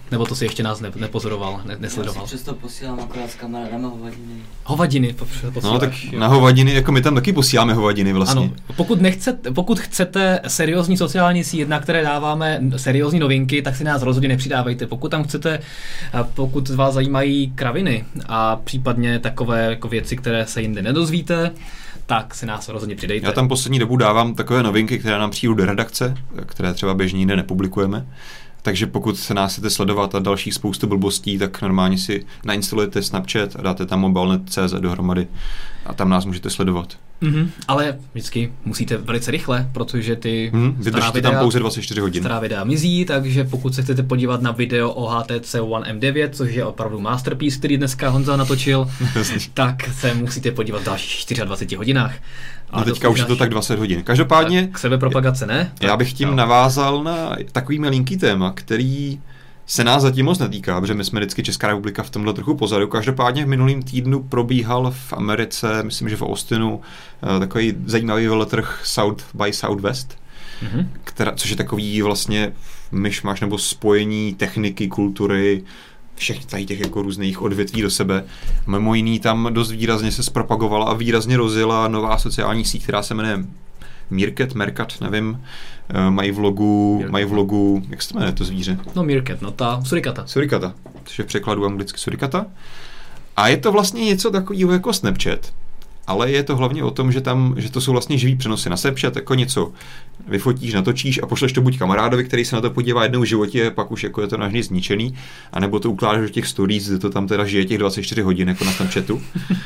Nebo to si ještě nás ne, nepozoroval, ne, nesledoval? Já si přesto posílám akorát s kamarádama hovadiny. Hovadiny posíláš. No tak jo. Na hovadiny, jako my tam taky posíláme hovadiny vlastně. Ano, pokud, nechcete, pokud chcete seriózní sociální síť, na které dáváme seriózní novinky, tak si nás rozhodně nepřidávejte. Pokud tam chcete, pokud vás zajímají kraviny a případně takové jako věci, které se jinde nedozvíte, tak si nás rozhodně přidejte. Já tam poslední dobu dávám takové novinky, které nám přijdou do redakce, které třeba běžně jinde nepublikujeme. Takže pokud se nás chcete sledovat a další spoustu blbostí, tak normálně si nainstalujete Snapchat a dáte tam mobilnet tečka cé zet dohromady a tam nás můžete sledovat. Mm-hmm, ale vždycky musíte velice rychle, protože ty mm, stará videa, tam pouze dvacet čtyři hodin. Stará videa mizí, takže pokud se chcete podívat na video o H T C One M devět, což je opravdu masterpiece, který dneska Honza natočil, tak se musíte podívat v dalších dvaceti čtyřech hodinách. A no teďka už je to tak dvacet hodin. Každopádně... Tak sebepropagace ne? Já bych tím no. navázal na takový malinký téma, který se nás zatím moc netýká, protože my jsme vždycky Česká republika v tomhle trochu pozadu. Každopádně v minulým týdnu probíhal v Americe, myslím, že v Austinu, takový zajímavý veletrh South by Southwest, mm-hmm. která, což je takový vlastně myšmaš nebo spojení techniky, kultury, všech tady těch jako různých odvětví do sebe. Mimo jiný tam dost výrazně se zpropagovala a výrazně rozjela nová sociální síť, která se jmenuje Meerkat, Merkat, nevím, mají vlogu, mají vlogu, jak se to jmenuje to zvíře? No Meerkat, no ta surikata. Surikata, což je v překladu anglicky surikata. A je to vlastně něco takového jako Snapchat, ale je to hlavně o tom, že tam, že to jsou vlastně živý přenosy na Snapchat, jako něco vyfotíš, natočíš a pošleš to buď kamarádovi, který se na to podívá jednou v životě, pak už jako je to nažně zničený, anebo to ukládáš do těch stories, kde to tam teda žije těch dvacet čtyři hodin, jako na Snapchatu.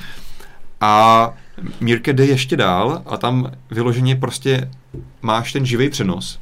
A Meerkat jde ještě dál a tam vyloženě prostě máš ten živý přenos.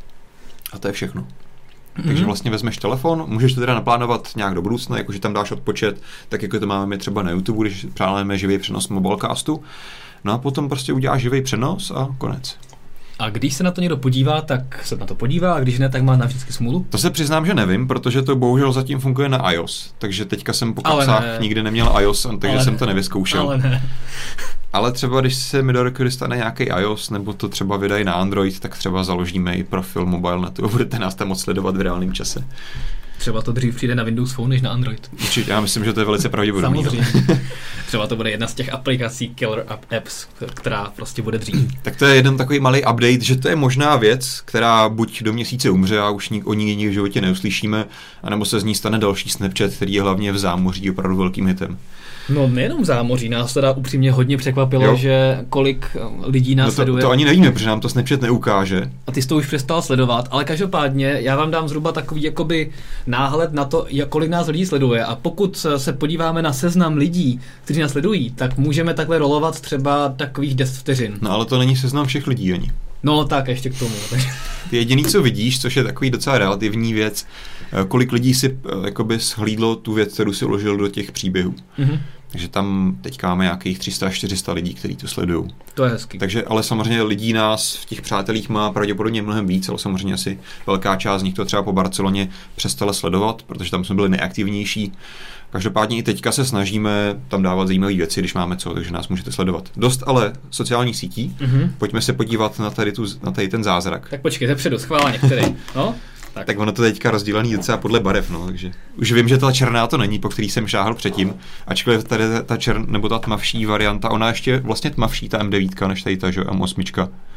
A to je všechno. Mm-hmm. Takže vlastně vezmeš telefon, můžeš to teda naplánovat nějak do budoucna, jakože tam dáš odpočet, tak jako to máme třeba na YouTube, když plánujeme živý přenos mobilecastu. No a potom prostě uděláš živý přenos a konec. A když se na to někdo podívá, tak se na to podívá, a když ne, tak má navždycky smůlu? To se přiznám, že nevím, protože to bohužel zatím funguje na iOS, takže teďka jsem po kapsách ne. nikdy neměl iOS, takže ale jsem ne. to nevyzkoušel. Ale ne. Ale třeba když se mi do roky dostane nějaký iOS, nebo to třeba vydají na Android, tak třeba založíme i profil mobilenetu a budete nás tam moc sledovat v reálném čase. Třeba to dřív přijde na Windows Phone než na Android. Určitě, já myslím, že to je velice pravděpodobné. Samozřejmě. Třeba to bude jedna z těch aplikací killer apps, která prostě bude dřív. Tak to je jeden takový malý update, že to je možná věc, která buď do měsíce umře a už o ní nikdy v životě neuslyšíme, anebo se z ní stane další Snapchat, který je hlavně v zámoří opravdu velkým hitem. No nejenom v zámoří, nás teda upřímně hodně překvapilo, jo. že kolik lidí nás no to, sleduje. To ani nevíme, protože nám to Snapchat neukáže. A ty jsi to už přestal sledovat, ale každopádně já vám dám zhruba takový jakoby náhled na to, kolik nás lidí sleduje, a pokud se podíváme na seznam lidí, kteří nás sledují, tak můžeme takhle rolovat třeba takových deset vteřin. No ale to není seznam všech lidí ani. No tak ještě k tomu. Ty jediný, co vidíš, což je takový docela relativní věc, kolik lidí si jakoby shlídlo tu věc, kterou si uložil do těch příběhů. Mm-hmm. Takže tam teďka máme nějakých tři sta až čtyři sta lidí, kteří to sledují. To je hezký. Takže, ale samozřejmě lidí nás v těch přátelích má pravděpodobně mnohem víc, ale samozřejmě asi velká část z nich to třeba po Barceloně přestala sledovat, protože tam jsme byli nejaktivnější. Každopádně i teďka se snažíme tam dávat zajímavé věci, když máme co, takže nás můžete sledovat. Dost ale sociálních sítí. Mm-hmm. Pojďme se podívat na tady, tu, na tady ten zázrak. Tak počkej, zepředu, schválně některý. No? Tak. tak ono to teďka rozdělený docela podle barev, no, takže už vím, že ta černá to není, po který jsem šáhl předtím, ačkoliv tady ta čern, nebo ta tmavší varianta, ona ještě vlastně tmavší, ta M devět, než tady ta, že M osm.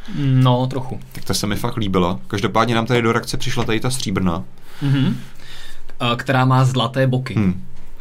No, trochu. Tak ta se mi fakt líbila. Každopádně nám tady do reakce přišla tady ta stříbrná. Mm-hmm. Která má zlaté boky. Hmm.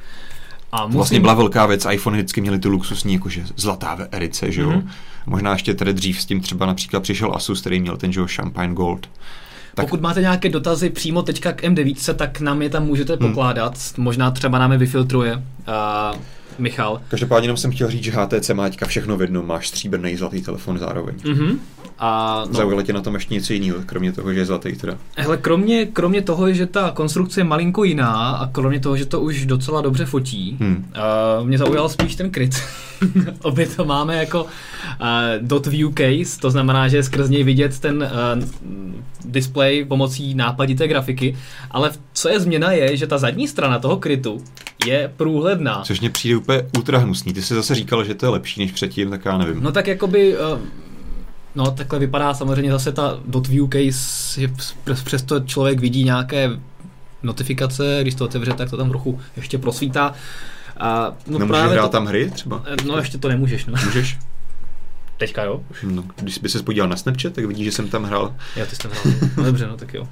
A musím... Vlastně byla velká věc, iPhone vždycky měli tu luxusní jakože zlatá erice, že jo. Mm-hmm. Možná ještě tady dřív s tím třeba například přišel Asus, který měl ten, že jo, Champagne Gold. Tak. Pokud máte nějaké dotazy přímo teďka k M devět, tak nám je tam můžete pokládat. Hmm. Možná třeba nám je vyfiltruje uh, Michal. Každopádně jenom jsem chtěl říct, že H T C má teďka všechno v jednom. Máš stříbrný zlatý telefon zároveň. Mm-hmm. A no. Zaujalo tě na tom ještě něco jiného, kromě toho, že je zlatý teda? Hele, kromě, kromě toho, že ta konstrukce je malinko jiná a kromě toho, že to už docela dobře fotí, hmm. uh, mě zaujal spíš ten kryt. Obě to máme jako uh, dot view case, to znamená, že skrz něj vidět ten uh, display pomocí nápadité grafiky, ale co je změna je, že ta zadní strana toho krytu je průhledná. Což mě přijde úplně ultra hnusný. Ty jsi zase říkal, že to je lepší než předtím, tak já nevím. No tak jakoby... Uh, No takhle vypadá samozřejmě zase ta dot view case, že přesto člověk vidí nějaké notifikace, když to otevře, tak to tam trochu ještě prosvítá. A, no Nemůžeš hrát to, tam hry třeba? No ještě to nemůžeš. No. Můžeš? Teďka jo? No, když by se podíval na Snapchat, tak vidíš, že jsem tam hrál. Já ty jsi tam hrál. No dobře, no tak jo.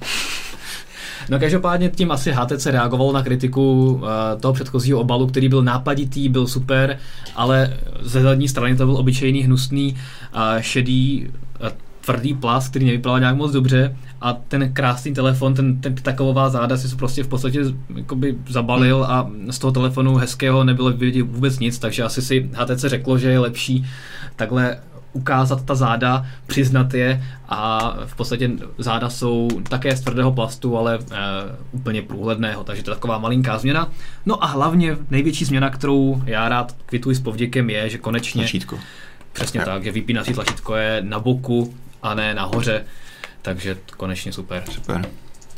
No každopádně tím asi H T C reagovalo na kritiku uh, toho předchozího obalu, který byl nápaditý, byl super, ale ze zadní strany to byl obyčejný, hnusný, uh, šedý, uh, tvrdý plast, který nevypadal nějak moc dobře a ten krásný telefon, ten, ten taková záda si prostě v podstatě jakoby zabalil a z toho telefonu hezkého nebylo vidět vůbec nic, takže asi si H T C řeklo, že je lepší takhle ukázat ta záda, přiznat je a v podstatě záda jsou také z tvrdého plastu, ale e, úplně průhledného, takže to je taková malinká změna. No a hlavně největší změna, kterou já rád kvituji s povděkem, je, že konečně... Tlačítko. Přesně ja. tak, že vypínací tlačítko je na boku a ne nahoře, takže konečně super. Super.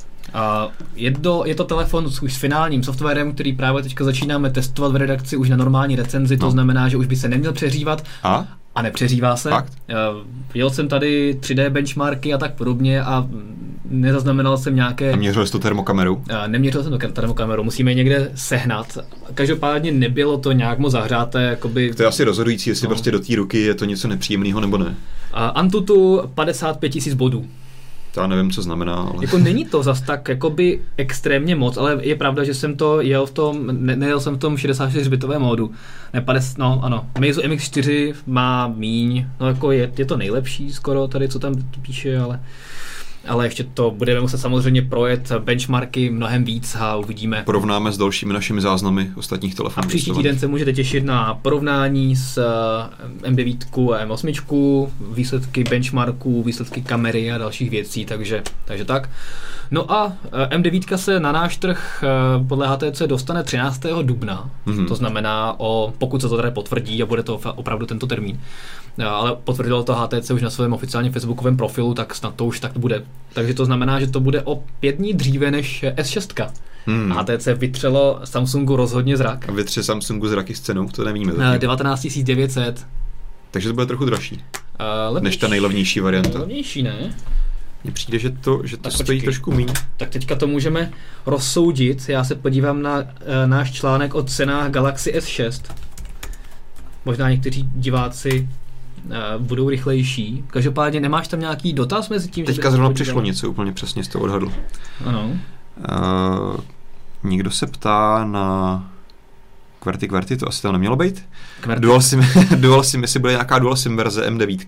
A je, to, je to telefon už s finálním softwarem, který právě teďka začínáme testovat v redakci už na normální recenzi, no. To znamená, že už by se neměl přehřívat. A? A nepřeřívá se. Fakt? Viděl jsem tady tři dé benchmarky a tak podobně a nezaznamenal jsem nějaké... A měřil jsi to termokamerou? Neměřil jsem to termokamerou, musíme někde sehnat. Každopádně nebylo to nějak moc zahřáté. Jakoby... To je asi rozhodující, jestli no. prostě do té ruky je to něco nepříjemného nebo ne. A Antutu padesát pět tisíc bodů. Já nevím, co znamená, ale... Jako není to zas tak jakoby extrémně moc, ale je pravda, že jsem to jel v tom, ne, nejel jsem v tom šedesát čtyři bitovém módu. Ne, padesát, no ano, Meizu M X čtyři má míň, no jako je, je to nejlepší skoro tady, co tam píše, ale... Ale ještě to budeme muset samozřejmě projet benchmarky mnohem víc a uvidíme. Porovnáme s dalšími našimi záznamy ostatních telefonů. A příští týden se můžete těšit na porovnání s M devět a M osm, výsledky benchmarků, výsledky kamery a dalších věcí, takže, takže tak. No a M devět se na náš trh podle H T C dostane třináctého dubna, mm-hmm. to znamená, o, pokud se to tady potvrdí a bude to opravdu tento termín, ale potvrdilo to H T C už na svém oficiálním facebookovém profilu, tak snad to už tak bude. Takže to znamená, že to bude o pět dní dříve než S šest. Hmm. H T C vytřelo Samsungu rozhodně zrak. A vytře Samsungu zraky s cenou, to nevíme. devatenáct tisíc devět set. Takže to bude trochu dražší. Uh, než ta nejlevnější varianta. Levnější, ne? Mně přijde, že to, že to tak stojí počkej. trošku míň. Tak teďka to můžeme rozsoudit. Já se podívám na uh, náš článek o cenách Galaxy S šest. Možná někteří diváci uh, budou rychlejší. Každopádně nemáš tam nějaký dotaz mezi tím? Teďka zrovna přišlo něco úplně přesně z toho odhadl. Ano. Uh, někdo se ptá na Qwerty Qwerty, to asi tam nemělo být. Dual SIM, dual SIM, jestli bude nějaká Dual SIM verze M devět.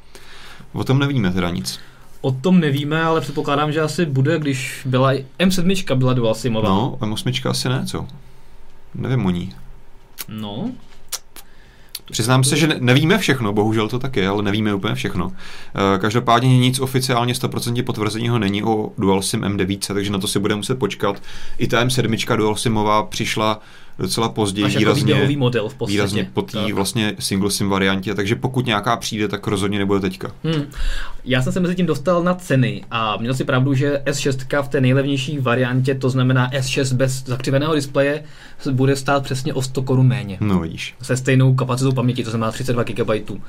O tom nevíme teda nic. O tom nevíme, ale předpokládám, že asi bude, když byla M sedm byla Dual SIMová. No, M osm asi ne, co? Nevím o ní. No. Přiznám se, že nevíme všechno, bohužel to tak je, ale nevíme úplně všechno. Každopádně nic oficiálně sto procent potvrzeného není o Dual SIM M devět, takže na to si budeme muset počkat. I ta M sedm Dual SIMová přišla docela později, Až výrazně, jako model v podstatě. výrazně po té vlastně single SIM variantě, takže pokud nějaká přijde, tak rozhodně nebude teďka. Hmm. Já jsem se mezi tím dostal na ceny a měl si pravdu, že S šest v té nejlevnější variantě, to znamená S šest bez zakřiveného displeje, bude stát přesně o sto korun méně. No vidíš. Se stejnou kapacitou paměti, to znamená třicet dva gigabajtů.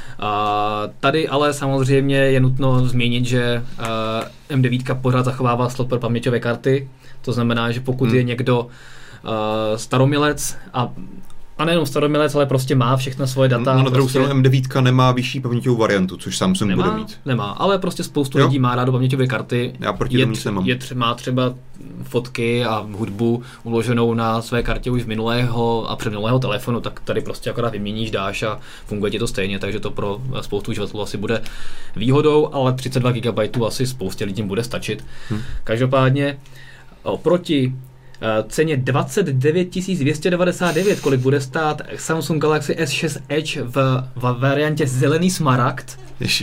A tady ale samozřejmě je nutno změnit, že M devět pořád zachovává slot pro paměťové karty, to znamená, že pokud hmm. je někdo Uh, staromilec a, a nejenom staromilec, ale prostě má všechna svoje data. No, na druhou prostě... stranu M devět nemá vyšší paměťovou variantu, což Samsung nemá, bude mít. Nemá, ale prostě spoustu jo. lidí má rádo paměťové karty. Já proti je, tomu nic nemám. Je, má třeba fotky a hudbu uloženou na své kartě už z minulého a předminulého telefonu, tak tady prostě akorát vyměníš, dáš a funguje ti to stejně, takže to pro spoustu uživatelů asi bude výhodou, ale třicet dva gigabajtů asi spoustě lidí bude stačit. Hm. Každopádně oproti ceně dvacet devět tisíc dvě stě devadesát devět, kolik bude stát Samsung Galaxy S šest Edge v, v variantě zelený smaragd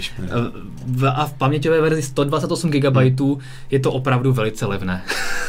v, a v paměťové verzi sto dvacet osm gigabajtů, hmm. je to opravdu velice levné.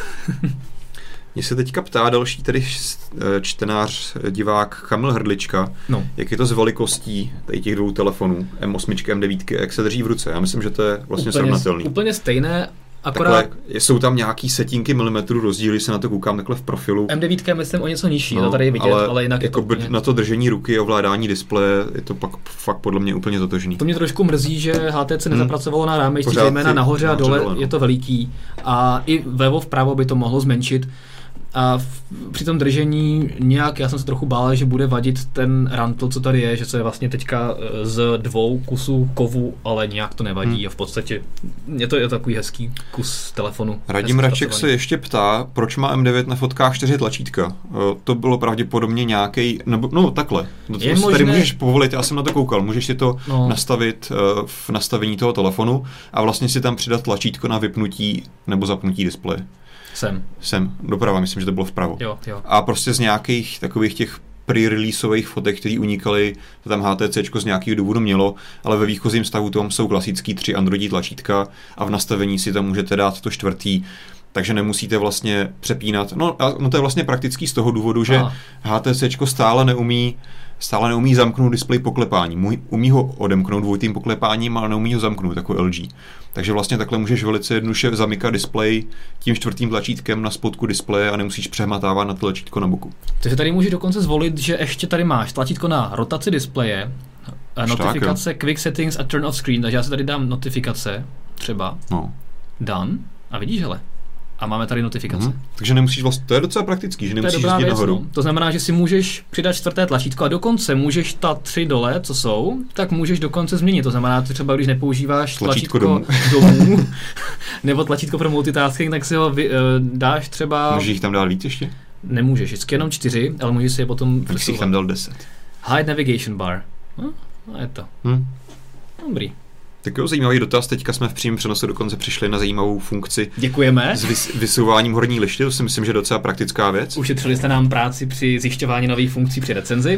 Mě se teďka ptá další tedy čtenář, divák Kamil Hrdlička, no. jak je to s velikostí tady těch dvou telefonů, M osm, M devět, jak se drží v ruce. Já myslím, že to je vlastně úplně, srovnatelný. Úplně stejné. Akorát... Takhle, jsou tam nějaký setínky milimetrů rozdíly, se na to koukám takhle v profilu. M devět je myslím o něco nižší, no, to tady je vidět, ale, ale jinak jako je to... Úplně... na to držení ruky, ovládání displeje, je to pak fakt podle mě úplně totožný. To mě trošku mrzí, že H T C hmm. nezapracovalo na rámečcích, zejména nahoře a dole, no. Je to veliký a i vlevo vpravo by to mohlo zmenšit. A v, při tom držení nějak, já jsem se trochu bál, že bude vadit ten rantl, co tady je, že to je vlastně teďka z dvou kusů kovu, ale nějak to nevadí hmm. a v podstatě je to, je to takový hezký kus telefonu. Radim Raček se ještě ptá, proč má M devět na fotkách čtyři tlačítka. To bylo pravděpodobně nějaký, nebo no takhle. To je možné... Tady můžeš povolit, já jsem na to koukal, můžeš si to no. nastavit v nastavení toho telefonu a vlastně si tam přidat tlačítko na vypnutí nebo zapnutí displeje. Sem. Sem, doprava, myslím, že to bylo vpravo. Jo, jo. A prostě z nějakých takových těch pre-releaseových fotek, které unikaly, to tam H T C z nějakého důvodu mělo, ale ve výchozím stavu tam jsou klasický tři Androidí tlačítka a v nastavení si tam můžete dát to čtvrtý, takže nemusíte vlastně přepínat. No, a, no to je vlastně praktický z toho důvodu, že Aha. H T C stále neumí stále neumí zamknout displej poklepáním. Umí ho odemknout dvojitým poklepáním, ale neumí ho zamknout jako L G. Takže vlastně takhle můžeš velice jednoduše zamykat displej tím čtvrtým tlačítkem na spodku displeje a nemusíš přehmatávat na tlačítko na boku. Ty si tady můžeš dokonce zvolit, že ještě tady máš tlačítko na rotaci displeje, notifikace, tak, Quick Settings a Turn Off Screen, takže já si tady dám notifikace, třeba no. Done a vidíš, hele. A máme tady notifikace. Mm-hmm. Takže nemusíš vlastně, to je docela praktický, že nemusíš jezdit nahoru. No. To znamená, že si můžeš přidat čtvrté tlačítko a dokonce můžeš ta tři dole, co jsou, tak můžeš dokonce změnit. To znamená, že třeba když nepoužíváš tlačítko, tlačítko domů, domů nebo tlačítko pro multitasking, tak si ho vy, uh, dáš třeba... Můžeš jich tam dát víc ještě? Nemůžeš, vždycky jenom čtyři, ale můžeš si je potom... Tak si jich tam dal deset. Hide Navigation Bar. No, no je to. Hmm. Dobrý. Tak jo, zajímavý dotaz. Teďka jsme v přímém přenosu dokonce přišli na zajímavou funkci. Děkujeme. S vys- vysouváním horní lišty, to si myslím, že je docela praktická věc. Ušetřili jste nám práci při zjišťování nových funkcí při recenzi.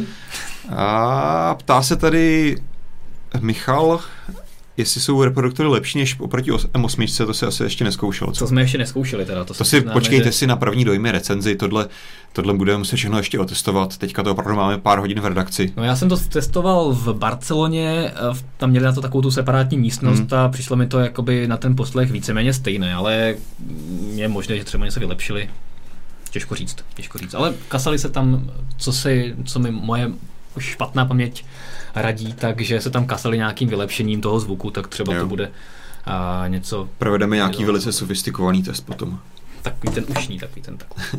A ptá se tady Michal, jestli jsou reproduktory lepší než oproti M osm, to se asi ještě neskoušelo. Co? To jsme ještě neskoušeli teda. To, to si známe, počkejte že... si na první dojmy recenzi, tohle, tohle budeme muset všechno ještě otestovat. Teďka to opravdu máme pár hodin v redakci. No já jsem to testoval v Barceloně, tam měli na to takovou tu separátní místnost hmm. a přišlo mi to jakoby na ten poslech víceméně stejné, ale je možné, že třeba něco vylepšili. Těžko říct, těžko říct. Ale kasali se tam, co, si, co mi moje špatná paměť radí, takže se tam kasali nějakým vylepšením toho zvuku, tak třeba jo. to bude a, něco... Provedeme nějaký jo. velice sofistikovaný test potom. Takový ten ušní, takový ten takový.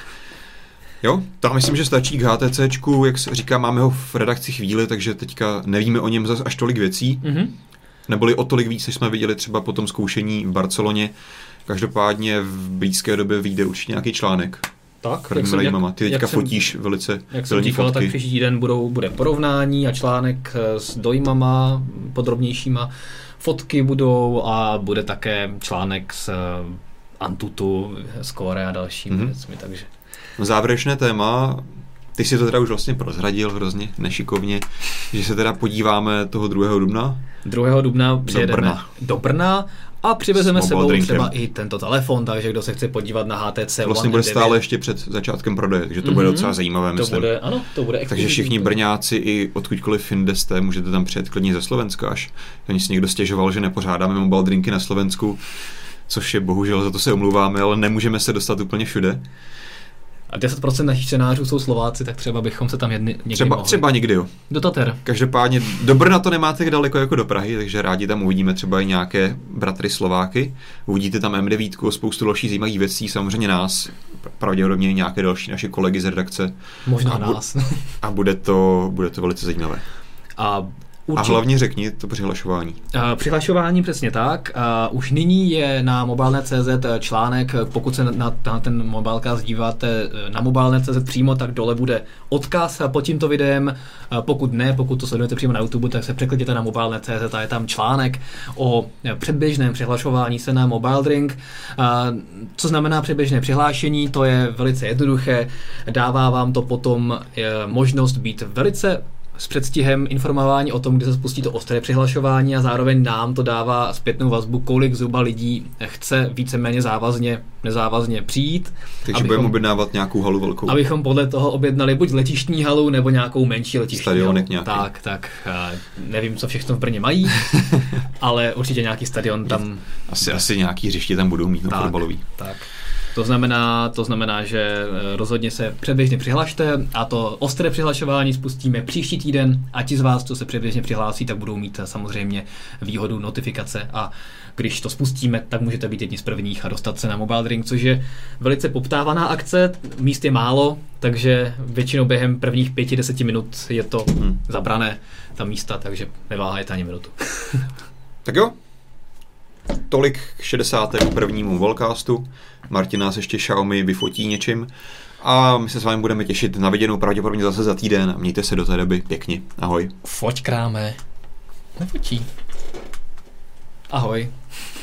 Jo, tak myslím, že stačí k HTCčku, jak říká, máme ho v redakci chvíli, takže teďka nevíme o něm zase až tolik věcí. Mm-hmm. Neboli o tolik víc, než jsme viděli třeba po tom zkoušení v Barceloně. Každopádně v blízké době vyjde určitě nějaký článek. Tak, jak jsem, jak, Ty teďka jsem, fotíš velice jak jsem říkal, fotky. Tak příští týden budou, bude porovnání a článek s dojmama, podrobnějšíma. Fotky budou a bude také článek s Antutu, Score a dalšími mm-hmm. věcmi, takže... Závěrečné téma, ty si to teda už vlastně prozradil hrozně nešikovně, že se teda podíváme toho druhého dubna. druhého dubna přijedeme do Brna. do Brna a přivezeme s sebou drinkem. Třeba i tento telefon, takže kdo se chce podívat na H T C vlastně bude stále ještě před začátkem prodeje, takže to mm-hmm. bude docela zajímavé, to myslím. Bude, ano, to bude takže všichni Brňáci i odkudkoliv jinde jste, můžete tam přijet klidně ze Slovenska až. Ani si někdo stěžoval, že nepořádáme mobile drinky na Slovensku, což je bohužel, za to se omlouváme, ale nemůžeme se dostat úplně všude. A deset procent našich čtenářů jsou Slováci, tak třeba bychom se tam jedny, někdy třeba, mohli. Třeba někdy, jo. Do Tater. Každopádně do Brna to nemáte daleko jako do Prahy, takže rádi tam uvidíme třeba i nějaké bratry Slováky. Uvidíte tam M devět, spoustu dalších zajímavých věcí, samozřejmě nás, pravděpodobně i nějaké další naše kolegy z redakce. Možná a bu- nás. A bude to, bude to velice zajímavé. A Určitě. A hlavně řekni to přihlašování. Uh, přihlašování přesně tak. Uh, už nyní je na mobilnet tečka cé zet článek, pokud se na, na ten mobilecast díváte na mobilnet tečka cé zet přímo, tak dole bude odkaz pod tímto videem. Uh, pokud ne, pokud to sledujete přímo na YouTube, tak se překlikněte na mobilnet tečka cé zet a je tam článek o předběžném přihlašování se na Mobile Drink. Uh, co znamená předběžné přihlášení? To je velice jednoduché. Dává vám to potom uh, možnost být velice s předstihem informování o tom, kdy se spustí to ostré přihlašování a zároveň nám to dává zpětnou vazbu, kolik zhruba lidí chce víceméně závazně, nezávazně přijít. Takže budeme objednávat nějakou halu velkou. Abychom podle toho objednali buď letištní halu, nebo nějakou menší letištní Stadionek halu. Nějaký. Tak, tak. Nevím, co všechno v Brně mají, ale určitě nějaký stadion tam... Asi, asi nějaký hřiště tam budou mít, no, fotbalový. Tak. To znamená, to znamená, že rozhodně se předběžně přihlašte a to ostré přihlašování spustíme příští týden a ti z vás, co se předběžně přihlásí, tak budou mít samozřejmě výhodu notifikace a když to spustíme, tak můžete být jedni z prvních a dostat se na Mobile Drink, což je velice poptávaná akce, míst je málo, takže většinou během prvních pěti, deseti minut je to hmm. zabrané ta místa, takže neváhajte ani minutu. Tak jo. Tolik k šedesátému prvnímu Mobilecastu. Martin nás ještě Xiaomi vyfotí něčím a my se s vámi budeme těšit na viděnou pravděpodobně zase za týden a mějte se do té doby pěkně. Ahoj. Foť kráme. Nefotí. Ahoj.